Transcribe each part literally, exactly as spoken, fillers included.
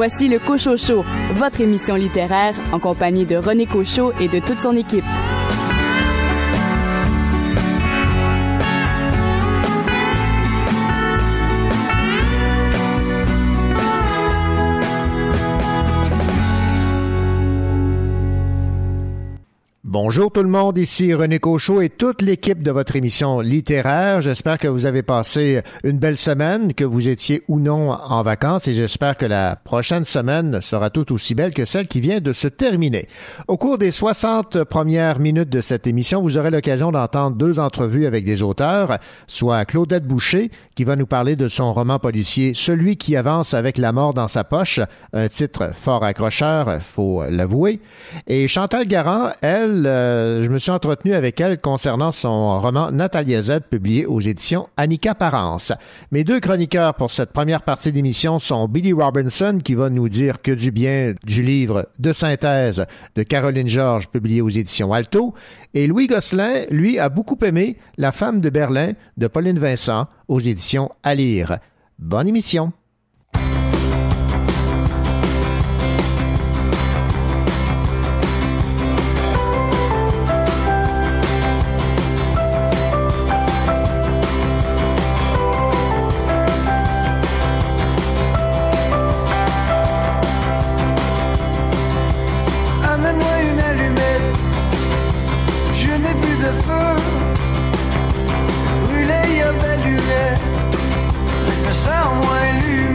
Voici le Cochot Show, votre émission littéraire en compagnie de René Cochot et de toute son équipe. Bonjour tout le monde, ici René Cochot et toute l'équipe de votre émission littéraire. J'espère que vous avez passé une belle semaine, que vous étiez ou non en vacances et j'espère que la prochaine semaine sera tout aussi belle que celle qui vient de se terminer. Au cours des soixante premières minutes de cette émission, vous aurez l'occasion d'entendre deux entrevues avec des auteurs, soit Claudette Boucher qui va nous parler de son roman policier « Celui qui avance avec la mort dans sa poche », un titre fort accrocheur, faut l'avouer, et Chantal Garand, elle, Euh, je me suis entretenu avec elle concernant son roman Natalia Z, publié aux éditions Annika Parence. Mes deux chroniqueurs pour cette première partie d'émission sont Billy Robinson, qui va nous dire que du bien du livre de synthèse de Caroline Georges, publié aux éditions Alto, et Louis Gosselin, lui, a beaucoup aimé La femme de Berlin de Pauline Vincent, aux éditions À lire. Bonne émission! Brûlé, il y a belle lurette, mais ça au moins lu.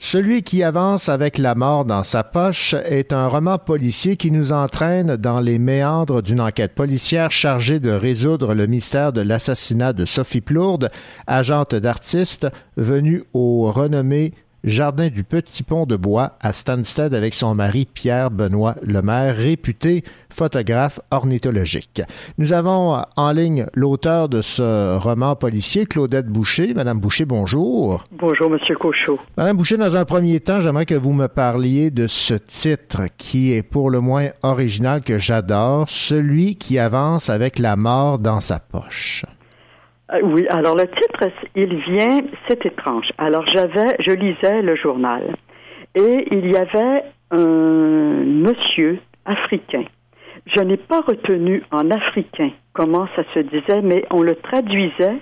Celui qui avance avec la mort dans sa poche est un roman policier qui nous entraîne dans les méandres d'une enquête policière chargée de résoudre le mystère de l'assassinat de Sophie Plourde, agente d'artiste venue au renommé Jardin du Petit Pont de Bois à Stansted avec son mari Pierre-Benoît Lemaire, réputé photographe ornithologique. Nous avons en ligne l'auteur de ce roman policier, Claudette Boucher. Madame Boucher, bonjour. Bonjour, Monsieur Cochot. Madame Boucher, dans un premier temps, j'aimerais que vous me parliez de ce titre qui est pour le moins original, que j'adore, Celui qui avance avec la mort dans sa poche. Euh, oui, alors le titre, il vient, c'est étrange. Alors j'avais, je lisais le journal et il y avait un monsieur africain. Je n'ai pas retenu en africain comment ça se disait, mais on le traduisait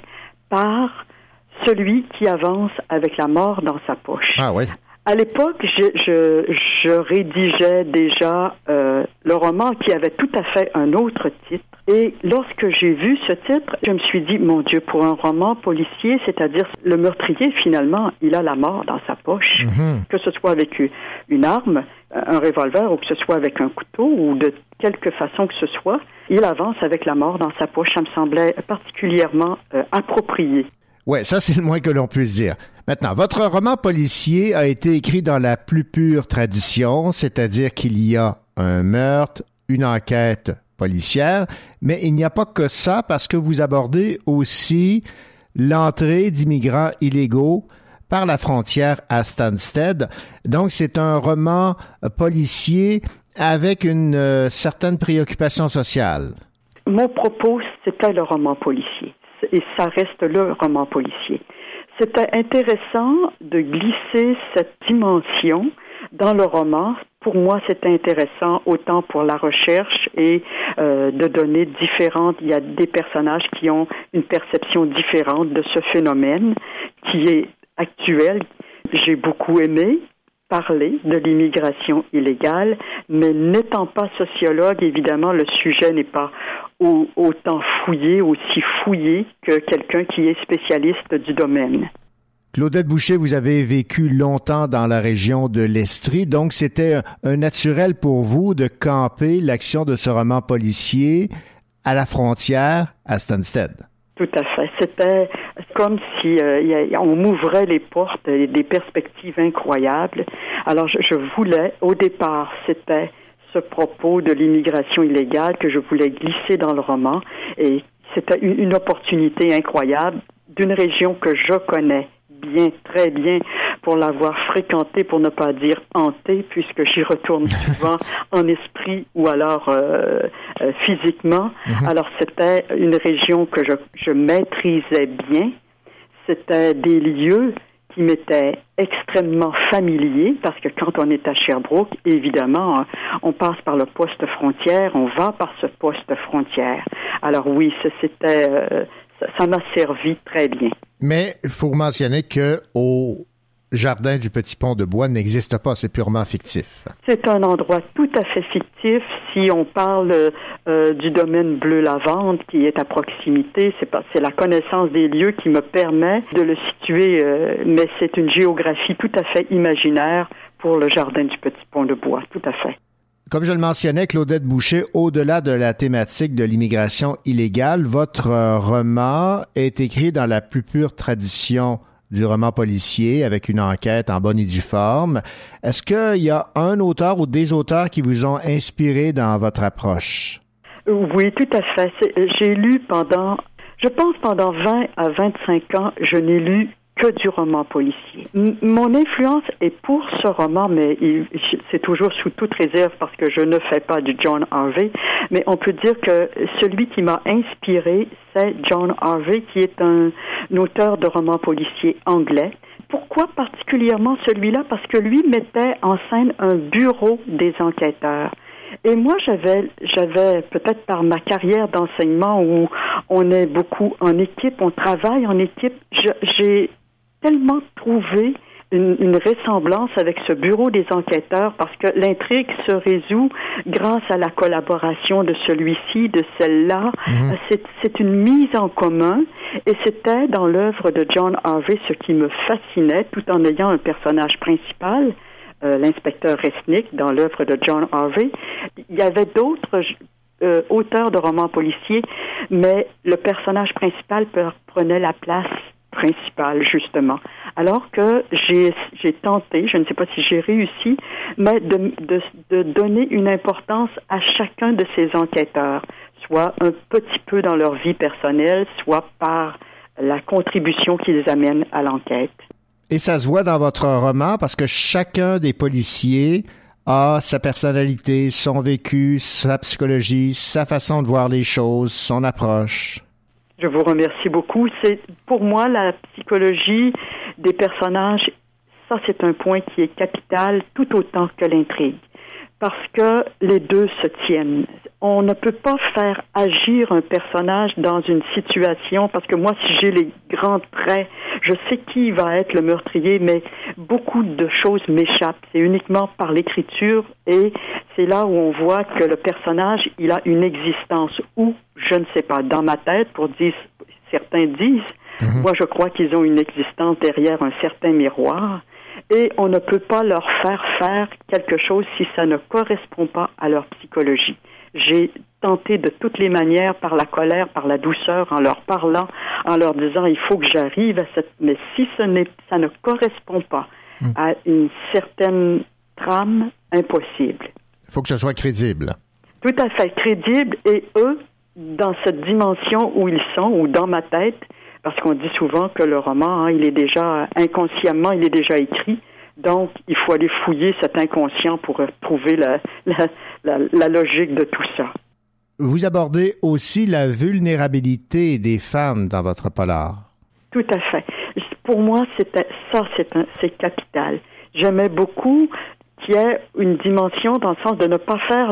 par celui qui avance avec la mort dans sa poche. Ah oui. À l'époque, je, je, je rédigeais déjà euh, le roman qui avait tout à fait un autre titre. Et lorsque j'ai vu ce titre, je me suis dit, mon Dieu, pour un roman policier, c'est-à-dire le meurtrier, finalement, il a la mort dans sa poche, mm-hmm. que ce soit avec une arme, un revolver, ou que ce soit avec un couteau, ou de quelque façon que ce soit, il avance avec la mort dans sa poche. Ça me semblait particulièrement euh, approprié. Oui, ça, c'est le moins que l'on puisse dire. Maintenant, votre roman policier a été écrit dans la plus pure tradition, c'est-à-dire qu'il y a un meurtre, une enquête policière, mais il n'y a pas que ça parce que vous abordez aussi l'entrée d'immigrants illégaux par la frontière à Stansted. Donc, c'est un roman policier avec une euh, certaine préoccupation sociale. Mon propos, c'était le roman policier. Et ça reste le roman policier. C'était intéressant de glisser cette dimension dans le roman. Pour moi, c'était intéressant autant pour la recherche et euh, de données différentes. Il y a des personnages qui ont une perception différente de ce phénomène qui est actuel. J'ai beaucoup aimé parler de l'immigration illégale, mais n'étant pas sociologue, évidemment, le sujet n'est pas au, autant fouillé, aussi fouillé que quelqu'un qui est spécialiste du domaine. Claudette Boucher, vous avez vécu longtemps dans la région de l'Estrie, donc c'était un, un naturel pour vous de camper l'action de ce roman policier à la frontière à Stansted. Tout à fait. C'était comme si euh, y a, on m'ouvrait les portes et des perspectives incroyables. Alors, je, je voulais, au départ, c'était ce propos de l'immigration illégale que je voulais glisser dans le roman. Et c'était une, une opportunité incroyable d'une région que je connais bien, très bien, pour l'avoir fréquentée, pour ne pas dire hantée, puisque j'y retourne souvent en esprit ou alors euh, euh, physiquement. Mm-hmm. Alors, c'était une région que je, je maîtrisais bien. C'était des lieux qui m'étaient extrêmement familiers, parce que quand on est à Sherbrooke, évidemment, on passe par le poste frontière, on va par ce poste frontière. Alors oui, c'était... Euh, ça m'a servi très bien. Mais il faut mentionner que au Jardin du Petit Pont de Bois n'existe pas, c'est purement fictif. C'est un endroit tout à fait fictif. Si on parle euh, du domaine bleu-lavande qui est à proximité, c'est, pas, c'est la connaissance des lieux qui me permet de le situer, euh, mais c'est une géographie tout à fait imaginaire pour le Jardin du Petit Pont de Bois, tout à fait. Comme je le mentionnais, Claudette Boucher, au-delà de la thématique de l'immigration illégale, votre euh, roman est écrit dans la plus pure tradition du roman policier, avec une enquête en bonne et due forme. Est-ce qu'il y a un auteur ou des auteurs qui vous ont inspiré dans votre approche? Oui, tout à fait. C'est, j'ai lu pendant, je pense pendant vingt à vingt-cinq ans, je n'ai lu que du roman policier. M- mon influence est pour ce roman, mais il, c'est toujours sous toute réserve parce que je ne fais pas du John Harvey, mais on peut dire que celui qui m'a inspiré, c'est John Harvey, qui est un, un auteur de romans policiers anglais. Pourquoi particulièrement celui-là? Parce que lui mettait en scène un bureau des enquêteurs. Et moi, j'avais, j'avais peut-être par ma carrière d'enseignement où on est beaucoup en équipe, on travaille en équipe, je, j'ai tellement trouvé une, une ressemblance avec ce bureau des enquêteurs parce que l'intrigue se résout grâce à la collaboration de celui-ci, de celle-là. Mmh. C'est, c'est une mise en commun et c'était dans l'œuvre de John Harvey ce qui me fascinait tout en ayant un personnage principal, euh, l'inspecteur Resnick dans l'œuvre de John Harvey. Il y avait d'autres euh, auteurs de romans policiers, mais le personnage principal prenait la place principale, justement. Alors que j'ai, j'ai tenté, je ne sais pas si j'ai réussi, mais de, de, de donner une importance à chacun de ces enquêteurs, soit un petit peu dans leur vie personnelle, soit par la contribution qu'ils amènent à l'enquête. Et ça se voit dans votre roman parce que chacun des policiers a sa personnalité, son vécu, sa psychologie, sa façon de voir les choses, son approche. Je vous remercie beaucoup. C'est, pour moi, la psychologie des personnages, ça, c'est un point qui est capital tout autant que l'intrigue. Parce que les deux se tiennent. On ne peut pas faire agir un personnage dans une situation, parce que moi, si j'ai les grands traits, je sais qui va être le meurtrier, mais beaucoup de choses m'échappent. C'est uniquement par l'écriture et c'est là où on voit que le personnage, il a une existence ou, je ne sais pas, dans ma tête, pour dire, certains disent, mm-hmm. moi je crois qu'ils ont une existence derrière un certain miroir. Et on ne peut pas leur faire faire quelque chose si ça ne correspond pas à leur psychologie. J'ai tenté de toutes les manières, par la colère, par la douceur, en leur parlant, en leur disant il faut que j'arrive à cette... Mais si ce n'est, ça ne correspond pas mmh. à une certaine trame, impossible. Il faut que ce soit crédible. Tout à fait crédible. Et eux, dans cette dimension où ils sont, ou dans ma tête, parce qu'on dit souvent que le roman, hein, il est déjà, inconsciemment, il est déjà écrit. Donc, il faut aller fouiller cet inconscient pour trouver la, la, la, la logique de tout ça. Vous abordez aussi la vulnérabilité des femmes dans votre polar. Tout à fait. Pour moi, c'était, ça, c'est, un, c'est capital. J'aimais beaucoup qu'il y ait une dimension dans le sens de ne pas faire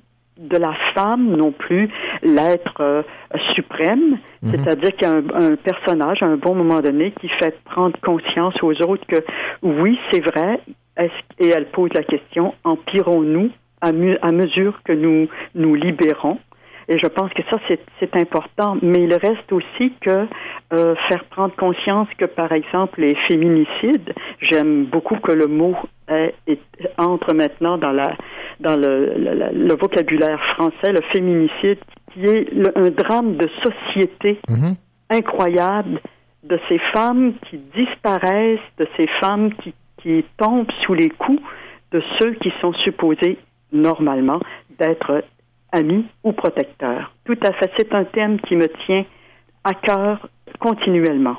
de la femme non plus l'être euh, suprême, mm-hmm. c'est-à-dire qu'il y a un, un personnage à un bon moment donné qui fait prendre conscience aux autres que oui, c'est vrai, est-ce, et elle pose la question, empirons-nous à, mu- à mesure que nous nous libérons? Et je pense que ça, c'est, c'est important. Mais il reste aussi que euh, faire prendre conscience que, par exemple, les féminicides, j'aime beaucoup que le mot est, est, entre maintenant dans la dans le, le, le vocabulaire français, le féminicide, qui est le, un drame de société mm-hmm. incroyable, de ces femmes qui disparaissent, de ces femmes qui, qui tombent sous les coups de ceux qui sont supposés, normalement, d'être amis ou protecteurs. Tout à fait. C'est un thème qui me tient à cœur continuellement.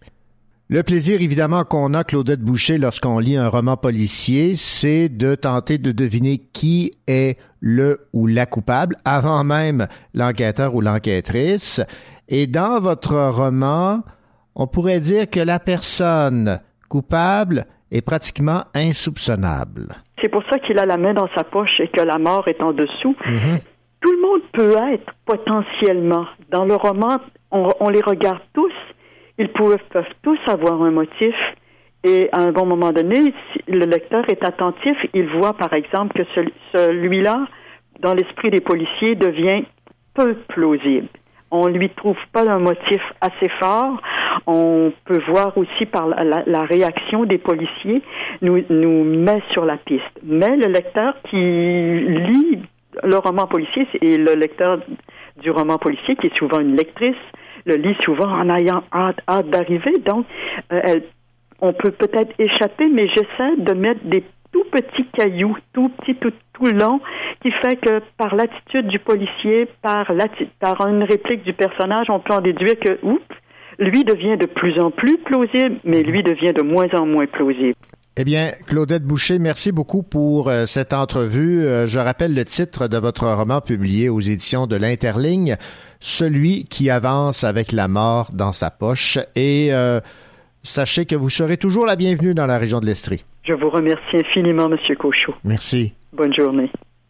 Le plaisir, évidemment, qu'on a, Claudette Boucher, lorsqu'on lit un roman policier, c'est de tenter de deviner qui est le ou la coupable, avant même l'enquêteur ou l'enquêtrice. Et dans votre roman, on pourrait dire que la personne coupable est pratiquement insoupçonnable. C'est pour ça qu'il a la main dans sa poche et que la mort est en dessous. Mm-hmm. Tout le monde peut être potentiellement. Dans le roman, on, on les regarde tous. Ils peuvent, peuvent tous avoir un motif. Et à un bon moment donné, si le lecteur est attentif, il voit par exemple que ce, celui-là, dans l'esprit des policiers, devient peu plausible. On lui trouve pas un motif assez fort. On peut voir aussi par la, la, la réaction des policiers nous, nous met sur la piste. Mais le lecteur qui lit le roman policier, et le lecteur du roman policier, qui est souvent une lectrice, le lit souvent en ayant hâte, hâte d'arriver. Donc, euh, elle, on peut peut-être échapper, mais j'essaie de mettre des tout petits cailloux, tout petits, tout, tout long, qui fait que par l'attitude du policier, par, par une réplique du personnage, on peut en déduire que, oups, lui devient de plus en plus plausible, mais lui devient de moins en moins plausible. Eh bien, Claudette Boucher, merci beaucoup pour euh, cette entrevue. Euh, je rappelle le titre de votre roman publié aux éditions de l'Interligne, Celui qui avance avec la mort dans sa poche. Et euh, sachez que vous serez toujours la bienvenue dans la région de l'Estrie. Je vous remercie infiniment, M. Cochot. Merci. Bonne journée.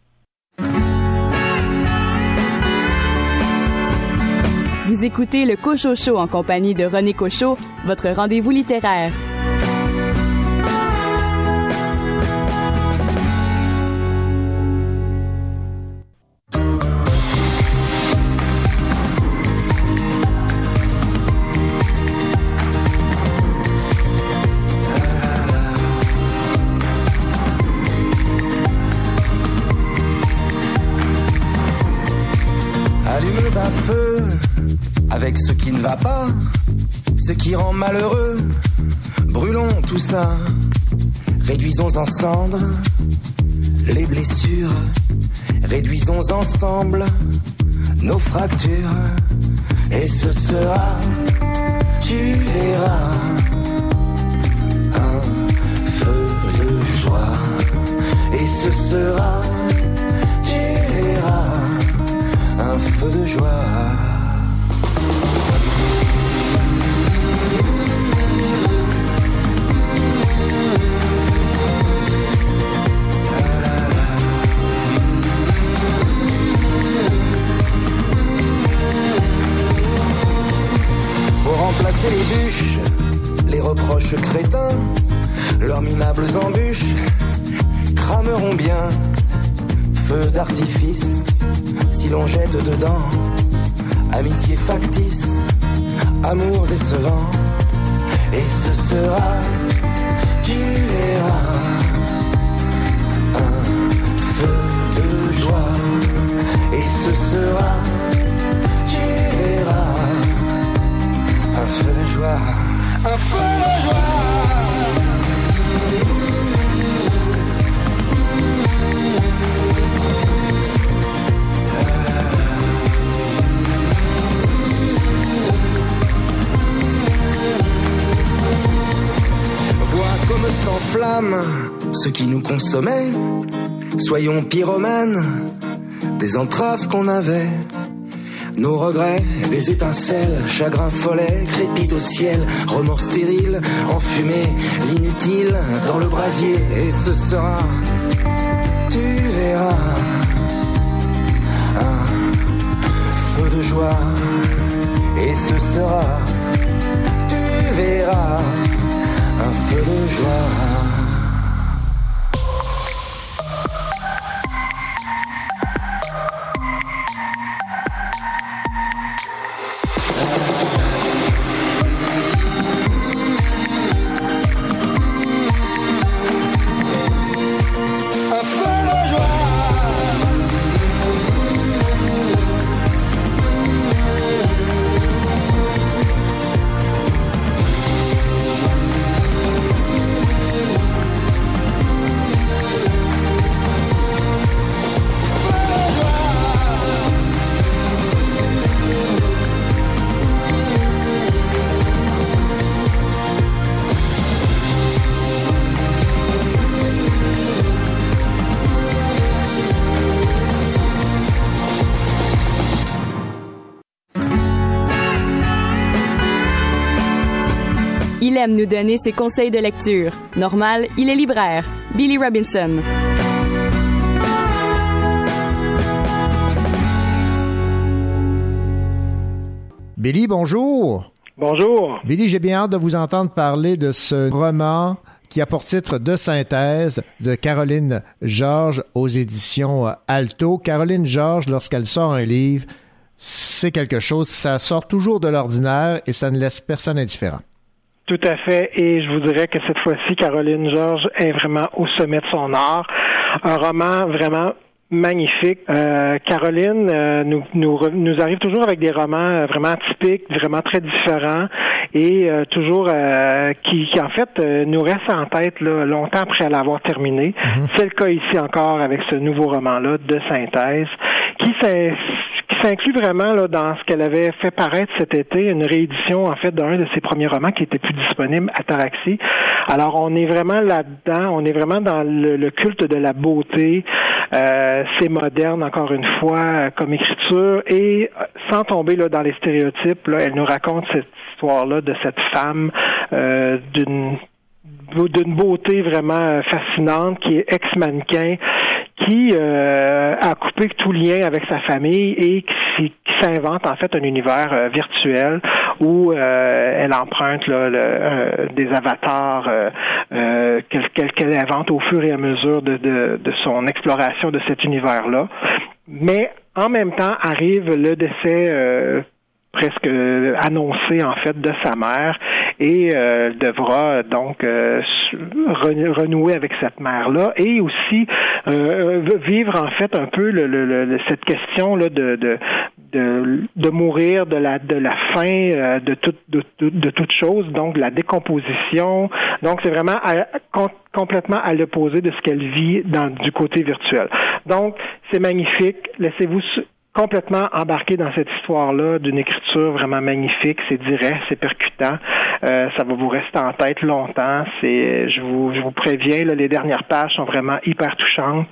Vous écoutez le Cochot Show en compagnie de René Cochot, votre rendez-vous littéraire. avec ce qui ne va pas, ce qui rend malheureux. Brûlons tout ça, réduisons en cendres les blessures, réduisons ensemble nos fractures, et ce sera, tu verras, un feu de joie, et ce sera, tu verras, un feu de joie. Remplacer les bûches, les reproches crétins, leurs minables embûches crameront bien. Feu d'artifice, si l'on jette dedans, amitié factice, amour décevant, et ce sera, tu verras, un feu de joie, et ce sera, tu verras, un feu de joie, un feu de joie. Vois comme s'enflamme ce qui nous consommait. Soyons pyromanes des entraves qu'on avait. Nos regrets, des étincelles, chagrin follet, crépitent au ciel, remords stériles, enfumés, l'inutile dans le brasier, et ce sera, tu verras, un feu de joie, et ce sera, tu verras, un feu de joie. Il aime nous donner ses conseils de lecture. Normal, il est libraire. Billy Robinson. Billy, bonjour. Bonjour. Billy, j'ai bien hâte de vous entendre parler de ce roman qui a pour titre De synthèse de Caroline Georges aux éditions Alto. Caroline Georges, lorsqu'elle sort un livre, c'est quelque chose, ça sort toujours de l'ordinaire et ça ne laisse personne indifférent. Tout à fait, et je vous dirais que cette fois-ci, Caroline Georges est vraiment au sommet de son art. Un roman vraiment magnifique. Euh, Caroline euh, nous, nous nous arrive toujours avec des romans vraiment atypiques, vraiment très différents, et euh, toujours euh, qui, qui en fait euh, nous restent en tête là, longtemps après l'avoir terminé. Mm-hmm. C'est le cas ici encore avec ce nouveau roman-là de synthèse, qui s'est qui s'inclut vraiment là dans ce qu'elle avait fait paraître cet été, une réédition en fait d'un de ses premiers romans qui était plus disponible, Ataraxie. Alors on est vraiment là-dedans, on est vraiment dans le, le culte de la beauté. Euh, c'est moderne encore une fois comme écriture, et sans tomber là dans les stéréotypes, là, elle nous raconte cette histoire-là de cette femme euh, d'une d'une beauté vraiment fascinante, qui est ex-mannequin, qui euh, a coupé tout lien avec sa famille et qui, qui s'invente en fait un univers euh, virtuel où euh, elle emprunte là, le, euh, des avatars euh, euh, qu'elle, qu'elle invente au fur et à mesure de, de, de son exploration de cet univers-là. Mais en même temps arrive le décès euh, presque annoncé en fait de sa mère, et euh, devra donc euh, renouer avec cette mère-là, et aussi euh, vivre en fait un peu le, le, le, cette question là de, de de, de mourir de la de la faim, euh, de toute de, de, de toute chose, donc de la décomposition. Donc c'est vraiment à, com, complètement à l'opposé de ce qu'elle vit dans du côté virtuel. Donc c'est magnifique. Laissez-vous complètement embarqué dans cette histoire-là d'une écriture vraiment magnifique. C'est direct, c'est percutant. Euh, ça va vous rester en tête longtemps. C'est, je vous, je vous préviens, là, les dernières pages sont vraiment hyper touchantes.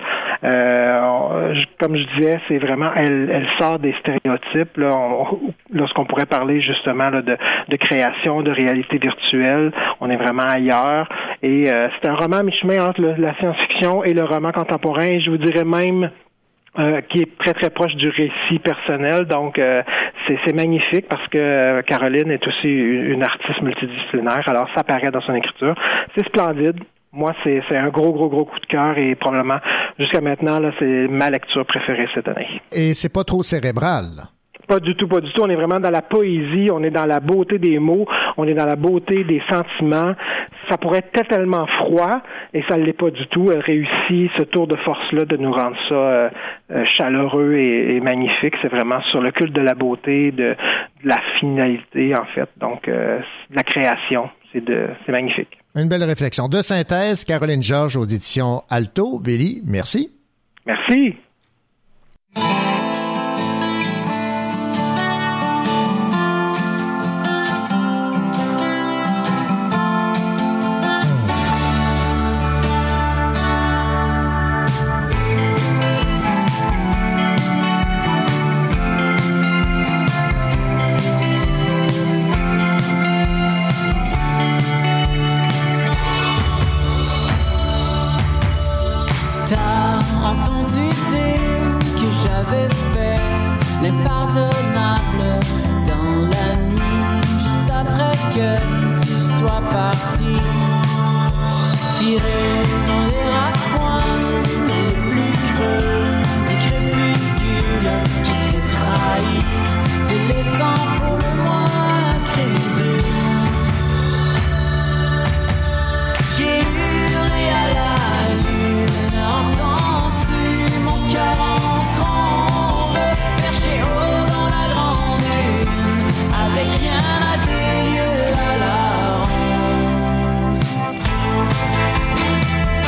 Euh, je, comme je disais, c'est vraiment, elle, elle sort des stéréotypes. Là, on, lorsqu'on pourrait parler justement là, de, de création, de réalité virtuelle, on est vraiment ailleurs. Et euh, c'est un roman mi-chemin entre le, la science-fiction et le roman contemporain. Et je vous dirais même Euh, qui est très très proche du récit personnel, donc euh, c'est, c'est magnifique parce que euh, Caroline est aussi une, une artiste multidisciplinaire, alors ça paraît dans son écriture, c'est splendide. Moi, c'est, c'est un gros, gros, gros coup de cœur et probablement, jusqu'à maintenant, là, c'est ma lecture préférée cette année. Et c'est pas trop cérébral, là. Pas du tout, pas du tout. On est vraiment dans la poésie, on est dans la beauté des mots, on est dans la beauté des sentiments. Ça pourrait être totalement froid, et ça ne l'est pas du tout. Elle réussit ce tour de force-là de nous rendre ça euh, euh, chaleureux et, et magnifique. C'est vraiment sur le culte de la beauté, de, de la finalité, en fait. Donc, euh, de la création. C'est, de, c'est magnifique. Une belle réflexion. De synthèse, Caroline Georges aux éditions Alto. Billy, merci. Merci. Rien à délieu à la ronde.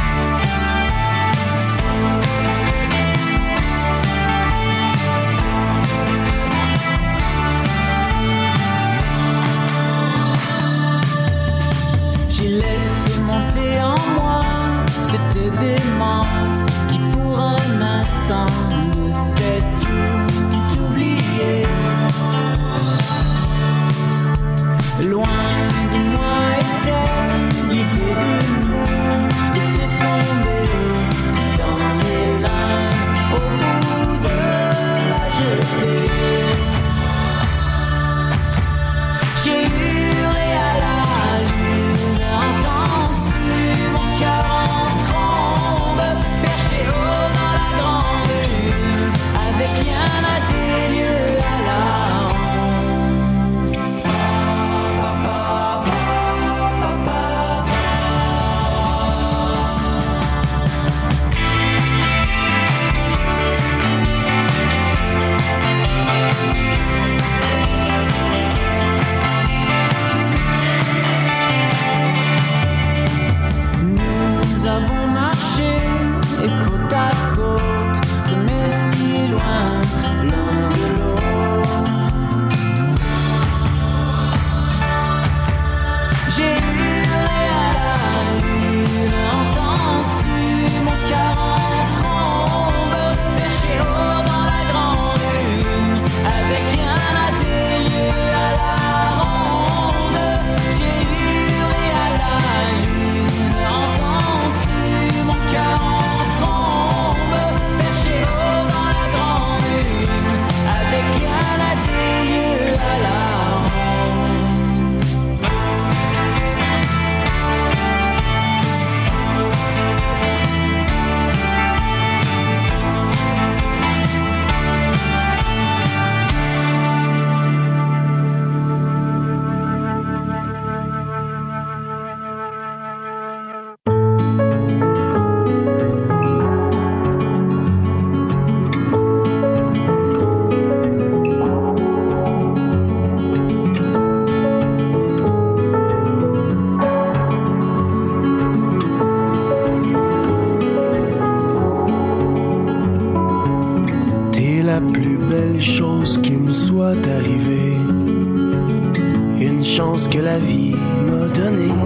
la plus belle chose qui me soit arrivée, une chance que la vie m'a donnée.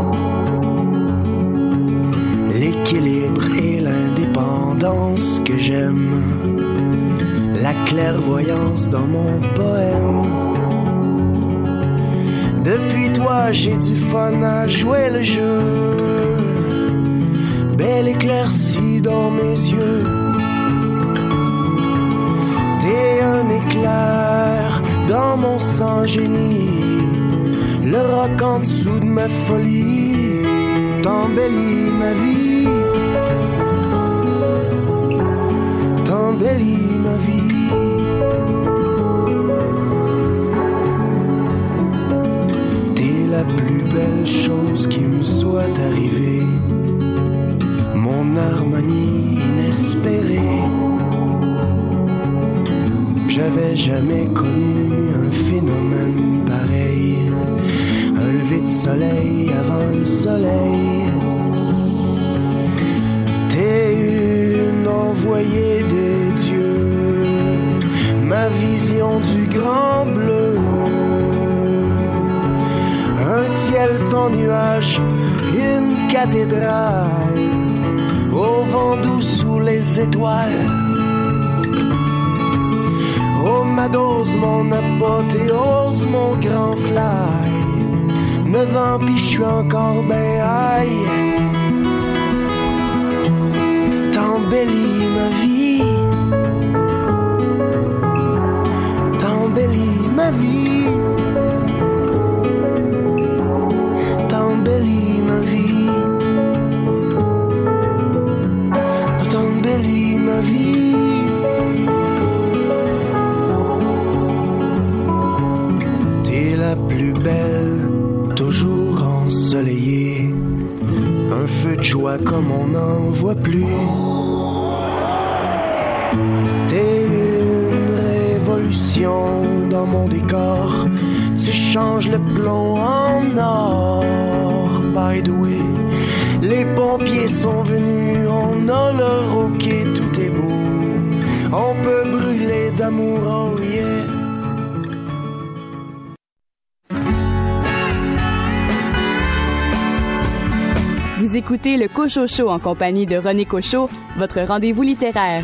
L'équilibre et l'indépendance que j'aime, la clairvoyance dans mon poème. Depuis toi j'ai du fun à jouer le jeu, belle éclaircie dans mes yeux. T'es un éclair dans mon sang génie, le roc en dessous de ma folie t'embellit ma vie, t'embellit ma vie. T'es la plus belle chose qui me soit arrivée, mon harmonie inespérée. J'avais jamais connu un phénomène pareil, un lever de soleil avant le soleil. T'es une envoyée de Dieu, ma vision du grand bleu. Un ciel sans nuages, une cathédrale, au vent doux sous les étoiles. Oh ma dose, mon apothéose, mon grand fly. Neuf ans pis j'suis encore ben high. T'embellis ma vie, t'embellis ma vie, t'embellis ma vie, t'embellis ma vie. T'es la plus belle, toujours ensoleillée, un feu de joie comme on n'en voit plus. T'es une révolution dans mon décor, tu changes le plomb en or. By the way, les pompiers sont venus, on a leur ok, tout est beau, on peut brûler d'amour, oh yeah. Vous écoutez le Cochot Show en compagnie de René Cochot, votre rendez-vous littéraire.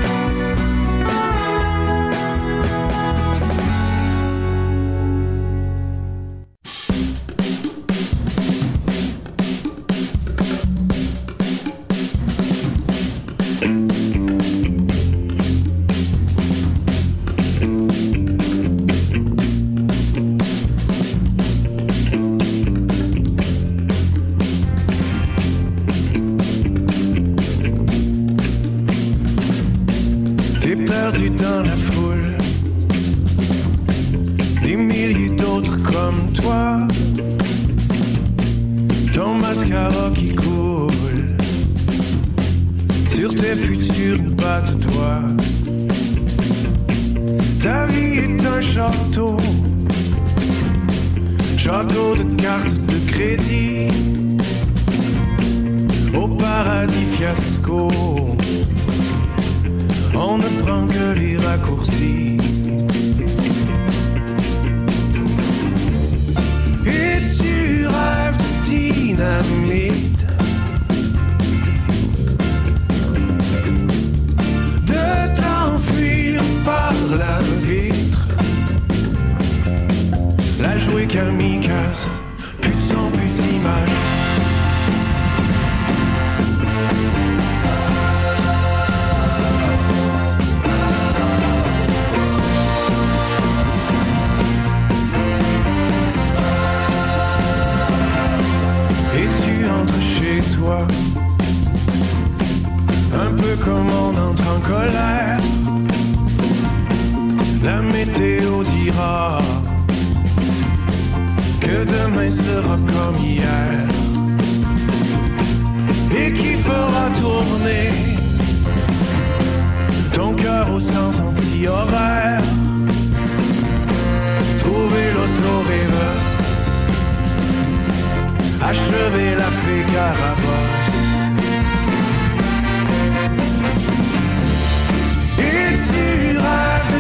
Achever la fée Carabosse. Et tu rêves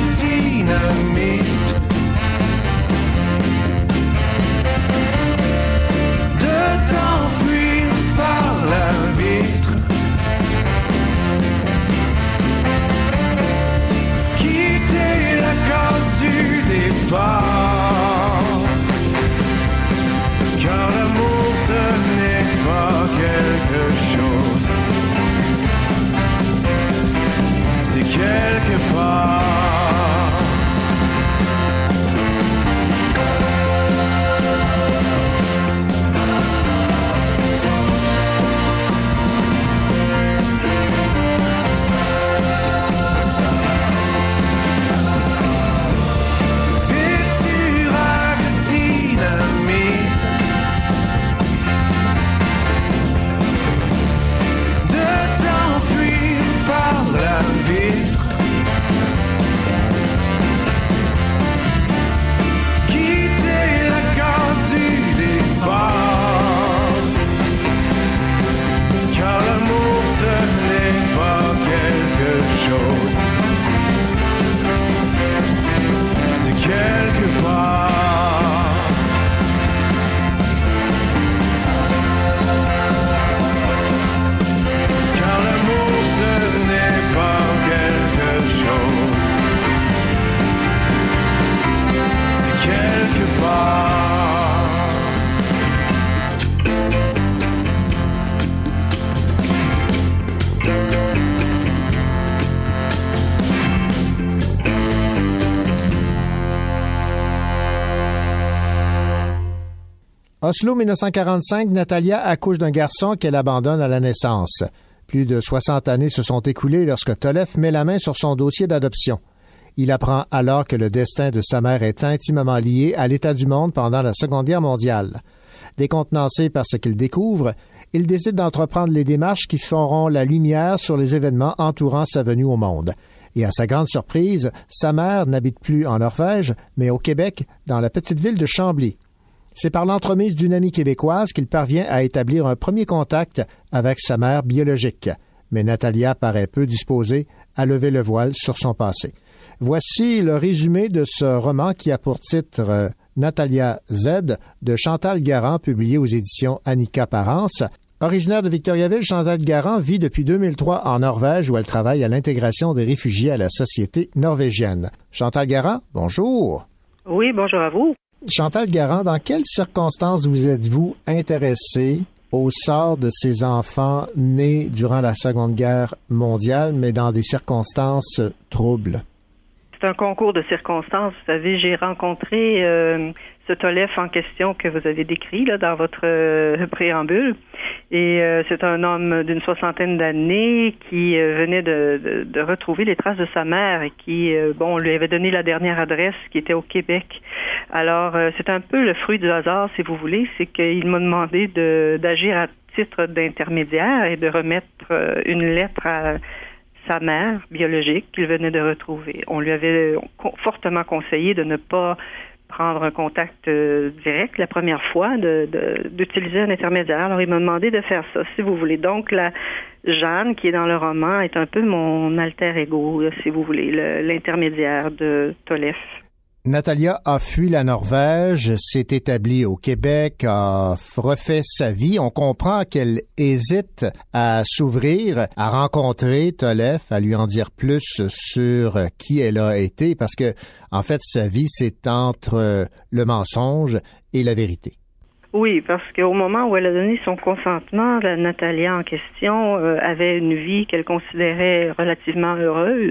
Oslo mille neuf cent quarante-cinq, Natalia accouche d'un garçon qu'elle abandonne à la naissance. Plus de soixante années se sont écoulées lorsque Tollef met la main sur son dossier d'adoption. Il apprend alors que le destin de sa mère est intimement lié à l'état du monde pendant la Seconde Guerre mondiale. Décontenancé par ce qu'il découvre, il décide d'entreprendre les démarches qui feront la lumière sur les événements entourant sa venue au monde. Et à sa grande surprise, sa mère n'habite plus en Norvège, mais au Québec, dans la petite ville de Chambly. C'est par l'entremise d'une amie québécoise qu'il parvient à établir un premier contact avec sa mère biologique. Mais Natalia paraît peu disposée à lever le voile sur son passé. Voici le résumé de ce roman qui a pour titre euh, Natalia Z de Chantal Garand, publié aux éditions Annika Parence. Originaire de Victoriaville, Chantal Garand vit depuis deux mille trois en Norvège où elle travaille à l'intégration des réfugiés à la société norvégienne. Chantal Garand, bonjour. Oui, bonjour à vous. Chantal Garand, dans quelles circonstances vous êtes-vous intéressée au sort de ces enfants nés durant la Seconde Guerre mondiale, mais dans des circonstances troubles? C'est un concours de circonstances. Vous savez, j'ai rencontré euh, ce Tollef en question que vous avez décrit là, dans votre euh, préambule. Et euh, c'est un homme d'une soixantaine d'années qui euh, venait de, de, de retrouver les traces de sa mère et qui, euh, bon, on lui avait donné la dernière adresse qui était au Québec. Alors, euh, c'est un peu le fruit du hasard, si vous voulez, c'est qu'il m'a demandé de, d'agir à titre d'intermédiaire et de remettre euh, une lettre à sa mère biologique qu'il venait de retrouver. On lui avait fortement conseillé de ne pas prendre un contact euh, direct la première fois, de, de, d'utiliser un intermédiaire. Alors, il m'a demandé de faire ça, si vous voulez. Donc, la Jeanne, qui est dans le roman, est un peu mon alter ego, si vous voulez, le, l'intermédiaire de Tollef. Natalia a fui la Norvège, s'est établie au Québec, a refait sa vie. On comprend qu'elle hésite à s'ouvrir, à rencontrer Tollef, à lui en dire plus sur qui elle a été, parce que, en fait, sa vie, c'est entre le mensonge et la vérité. Oui, parce qu'au moment où elle a donné son consentement, la Natalia en question euh, avait une vie qu'elle considérait relativement heureuse.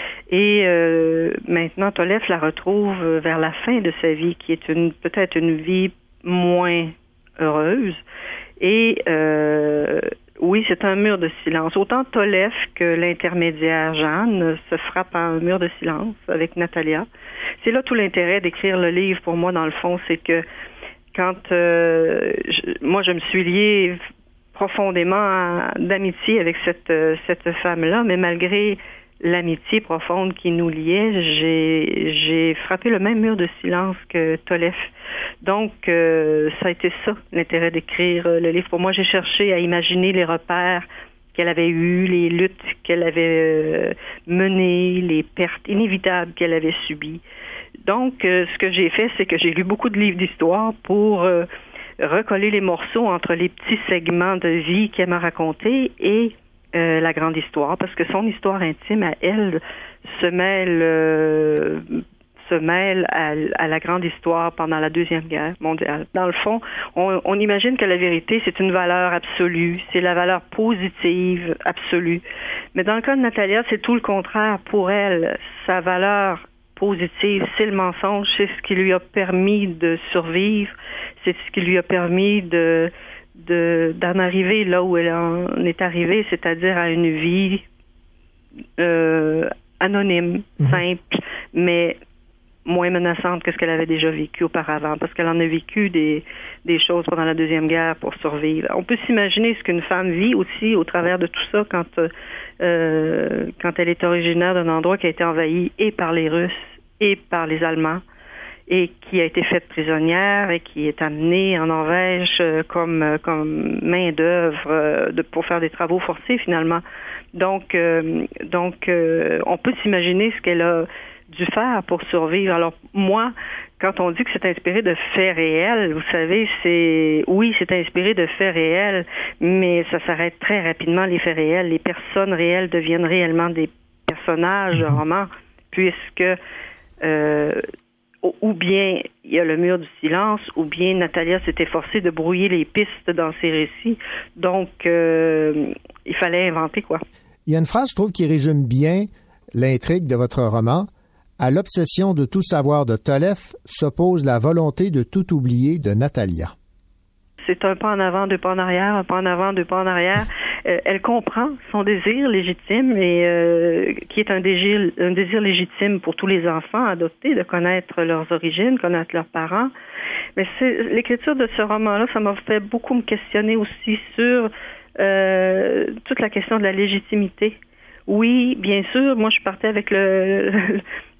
Et euh, maintenant, Tollef la retrouve vers la fin de sa vie, qui est une peut-être une vie moins heureuse. Et euh, oui, c'est un mur de silence. Autant Tollef que l'intermédiaire Jeanne se frappent à un mur de silence avec Natalia. C'est là tout l'intérêt d'écrire le livre pour moi, dans le fond, c'est que quand euh, je, moi je me suis liée profondément à, d'amitié avec cette cette femme-là, mais malgré l'amitié profonde qui nous liait, j'ai j'ai frappé le même mur de silence que Tollef. Donc euh, ça a été ça l'intérêt d'écrire le livre. Pour moi, j'ai cherché à imaginer les repères qu'elle avait eus, les luttes qu'elle avait euh, menées, les pertes inévitables qu'elle avait subies. Donc, euh, ce que j'ai fait, c'est que j'ai lu beaucoup de livres d'histoire pour euh, recoller les morceaux entre les petits segments de vie qu'elle m'a racontés et euh, la grande histoire, parce que son histoire intime à elle se mêle euh, se mêle à, à la grande histoire pendant la Deuxième Guerre mondiale. Dans le fond, on, on imagine que la vérité, c'est une valeur absolue, c'est la valeur positive absolue. Mais dans le cas de Natalia, c'est tout le contraire. Pour elle, sa valeur positive, c'est le mensonge, c'est ce qui lui a permis de survivre, c'est ce qui lui a permis de, de d'en arriver là où elle en est arrivée, c'est-à-dire à une vie euh, anonyme, mmh. simple, mais moins menaçante que ce qu'elle avait déjà vécu auparavant, parce qu'elle en a vécu des, des choses pendant la Deuxième Guerre pour survivre. On peut s'imaginer ce qu'une femme vit aussi au travers de tout ça quand, euh, quand elle est originaire d'un endroit qui a été envahi et par les Russes et par les Allemands, et qui a été faite prisonnière et qui est amenée en Norvège euh, comme euh, comme main d'œuvre euh, de, pour faire des travaux forcés finalement. Donc euh, donc euh, on peut s'imaginer ce qu'elle a dû faire pour survivre. Alors moi, quand on dit que c'est inspiré de faits réels, vous savez, c'est oui, c'est inspiré de faits réels, mais ça s'arrête très rapidement, les faits réels. Les personnes réelles deviennent réellement des personnages de roman, puisque euh, ou bien il y a le mur du silence, ou bien Natalia s'est efforcée de brouiller les pistes dans ses récits. Donc, euh, il fallait inventer, quoi. Il y a une phrase, je trouve, qui résume bien l'intrigue de votre roman. À l'obsession de tout savoir de Tollef s'oppose la volonté de tout oublier de Natalia. C'est un pas en avant, deux pas en arrière, un pas en avant, deux pas en arrière. Euh, elle comprend son désir légitime et euh, qui est un désir, un désir légitime pour tous les enfants adoptés de connaître leurs origines, connaître leurs parents. Mais c'est, l'écriture de ce roman-là, ça m'a fait beaucoup me questionner aussi sur euh, toute la question de la légitimité. Oui, bien sûr, moi je partais avec le, le,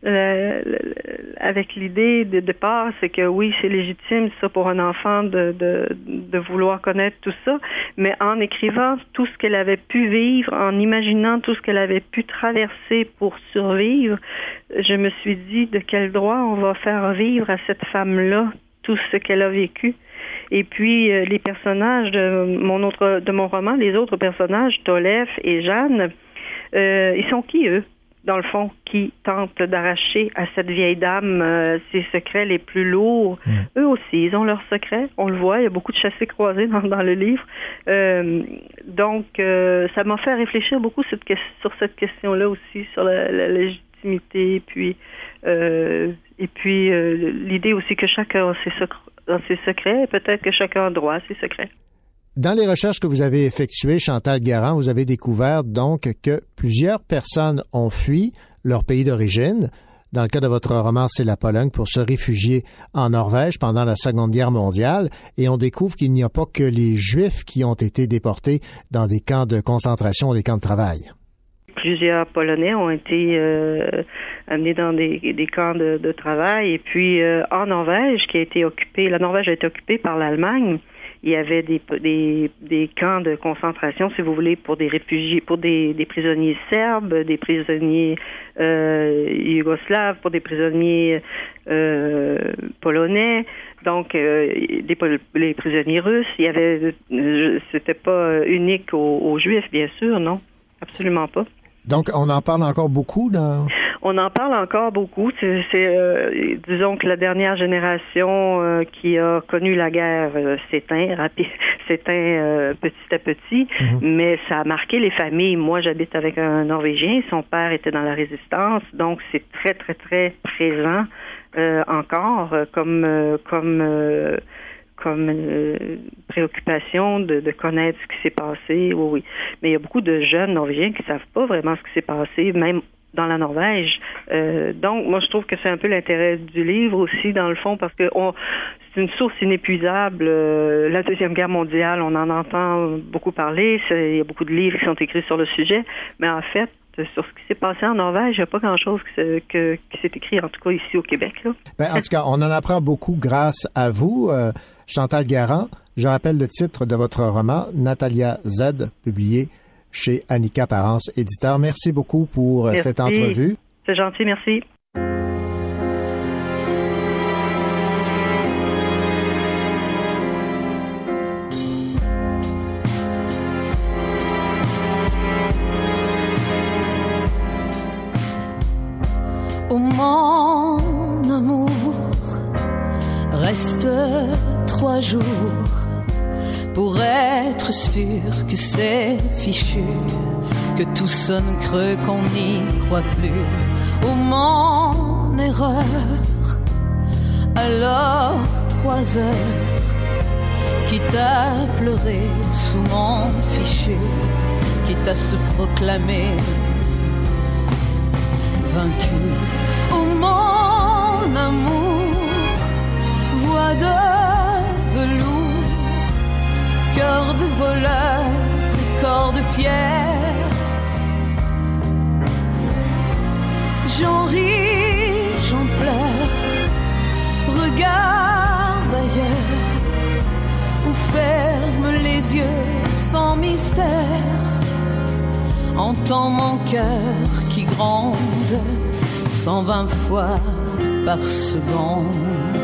le, le avec l'idée de départ, c'est que oui, c'est légitime ça pour un enfant de, de de vouloir connaître tout ça, mais en écrivant tout ce qu'elle avait pu vivre, en imaginant tout ce qu'elle avait pu traverser pour survivre, je me suis dit de quel droit on va faire vivre à cette femme-là tout ce qu'elle a vécu. Et puis euh, les personnages de mon autre de mon roman, les autres personnages, Tolèf et Jeanne, Euh, ils sont qui, eux, dans le fond, qui tentent d'arracher à cette vieille dame euh, ses secrets les plus lourds? Mmh. Eux aussi, ils ont leurs secrets. On le voit, il y a beaucoup de chassés croisés dans, dans le livre. Euh, donc, euh, ça m'a fait réfléchir beaucoup cette, sur cette question-là aussi, sur la, la légitimité, puis, euh, et puis euh, l'idée aussi que chacun a ses, secrets, a ses secrets, et peut-être que chacun a droit à ses secrets. Dans les recherches que vous avez effectuées, Chantal Garand, vous avez découvert donc que plusieurs personnes ont fui leur pays d'origine. Dans le cas de votre roman, c'est la Pologne, pour se réfugier en Norvège pendant la Seconde Guerre mondiale. Et on découvre qu'il n'y a pas que les Juifs qui ont été déportés dans des camps de concentration ou des camps de travail. Plusieurs Polonais ont été euh, amenés dans des, des camps de, de travail. Et puis, euh, en Norvège, qui a été occupée, la Norvège a été occupée par l'Allemagne. Il y avait des, des, des camps de concentration, si vous voulez, pour des réfugiés, pour des, des prisonniers serbes, des prisonniers euh, yougoslaves, pour des prisonniers euh, polonais, donc euh, des les prisonniers russes. Il y avait, c'était pas unique aux, aux Juifs, bien sûr, non, absolument pas. Donc, on en parle encore beaucoup dans... On en parle encore beaucoup. C'est, c'est euh, disons que la dernière génération euh, qui a connu la guerre euh, s'éteint, rapide, s'éteint euh, petit à petit, mm-hmm. mais ça a marqué les familles. Moi, j'habite avec un Norvégien. Son père était dans la résistance, donc c'est très, très, très présent euh, encore euh, comme euh, comme euh, comme euh, préoccupation de, de connaître ce qui s'est passé. Oui, oui. Mais il y a beaucoup de jeunes Norvégiens qui savent pas vraiment ce qui s'est passé, même dans la Norvège. Euh, donc, moi, je trouve que c'est un peu l'intérêt du livre aussi, dans le fond, parce que on, c'est une source inépuisable. Euh, la Deuxième Guerre mondiale, on en entend beaucoup parler. C'est, il y a beaucoup de livres qui sont écrits sur le sujet. Mais en fait, sur ce qui s'est passé en Norvège, il n'y a pas grand-chose qui, se, que, qui s'est écrit, en tout cas ici au Québec. Là. Ben, en tout cas, on en apprend beaucoup grâce à vous, euh, Chantal Garand. Je rappelle le titre de votre roman, Natalia Z, publié chez Annika Parence, éditeur. Merci beaucoup pour merci. Cette entrevue. C'est gentil, merci. Oh mon amour, reste trois jours pour être sûr que c'est fichu, que tout sonne creux, qu'on n'y croit plus. Oh mon erreur, alors trois heures, quitte à pleurer sous mon fichu, quitte à se proclamer vaincu. Oh mon amour, voix de velours, cœur de voleur, corps de pierre. J'en ris, j'en pleure, regarde ailleurs, ou ferme les yeux sans mystère. Entends mon cœur qui gronde cent vingt fois par seconde.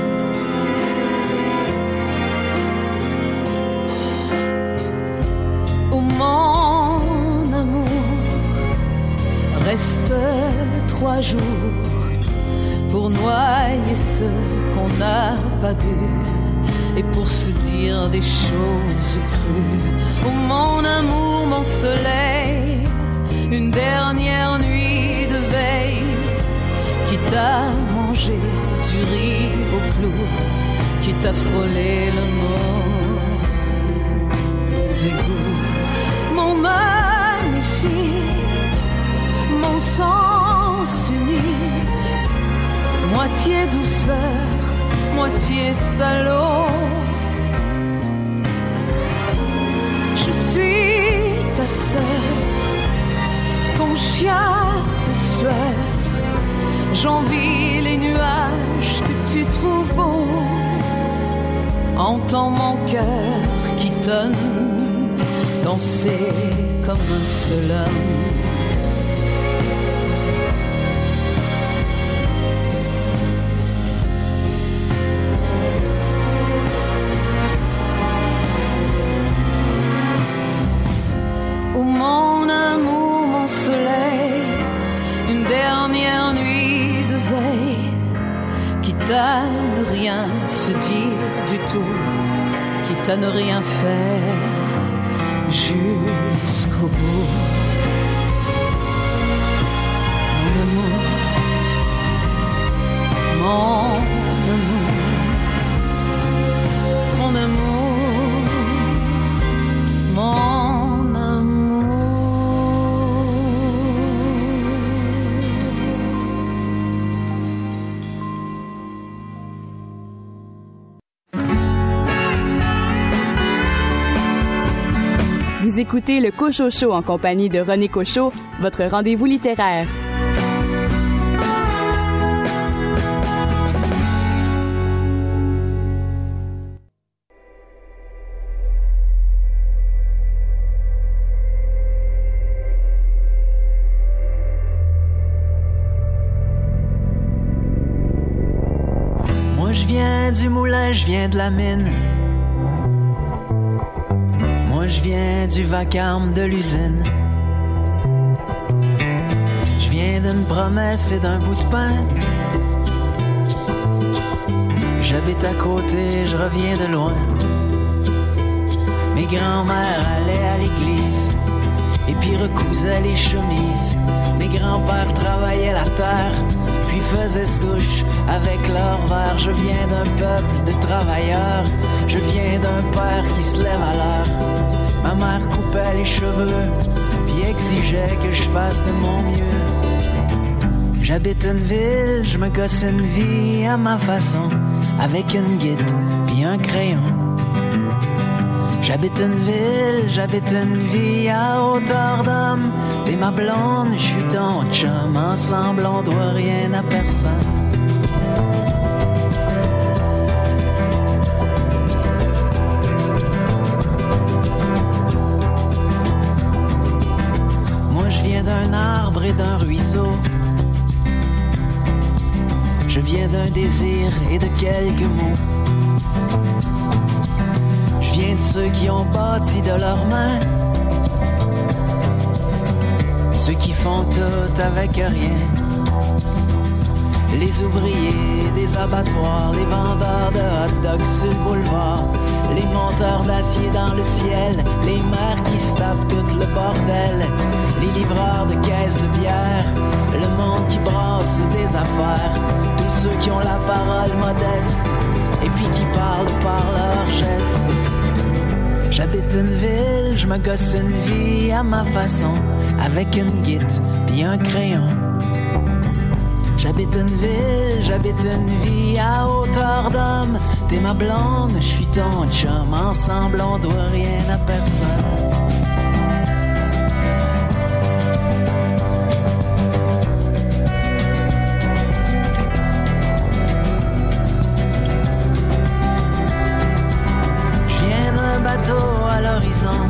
Oh mon amour, reste trois jours pour noyer ce qu'on n'a pas bu et pour se dire des choses crues. Oh mon amour, mon soleil, une dernière nuit de veille, quitte à manger du riz au clou, quitte à frôler le mot. mauvais goût, mon magnifique, mon sens unique, moitié douceur, moitié salaud. Je suis ta sœur, ton chien, ta sueur. J'envie les nuages que tu trouves beaux. Entends mon cœur qui tonne danser comme un seul homme. Oh mon amour, mon soleil, une dernière nuit de veille, quitte à ne rien se dire du tout, quitte à ne rien faire jusqu'au bout. Mon amour, mon amour, mon amour, mon Vous écoutez le Cochot Show en compagnie de René Cochot, votre rendez-vous littéraire. Moi je viens du moulin, je viens de la mine. Je viens du vacarme de l'usine. Je viens d'une promesse et d'un bout de pain. J'habite à côté, je reviens de loin. Mes grands-mères allaient à l'église et puis recousaient les chemises. Mes grands-pères travaillaient la terre puis faisaient souche avec leur verre. Je viens d'un peuple de travailleurs. Je viens d'un père qui se lève à l'heure. Ma mère coupait les cheveux, puis exigeait que je fasse de mon mieux. J'habite une ville, je me gosse une vie à ma façon, avec une guide, puis un crayon. J'habite une ville, j'habite une vie à hauteur d'homme. T'es ma blonde, je suis ton chum, ensemble on doit rien à personne. D'un arbre et d'un ruisseau. Je viens d'un désir et de quelques mots. Je viens de ceux qui ont bâti de leurs mains, ceux qui font tout avec rien. Les ouvriers des abattoirs, les vendeurs de hot dogs sur le boulevard, les monteurs d'acier dans le ciel, les mères qui se tapent tout le bordel, les livreurs de caisses de bière, le monde qui brasse des affaires, tous ceux qui ont la parole modeste et puis qui parlent par leurs gestes. J'habite une ville, je me gosse une vie à ma façon, avec une guide puis un crayon. J'habite une ville, j'habite une vie à hauteur d'homme. T'es ma blonde, je suis ton chum, ensemble on doit rien à personne. À l'horizon,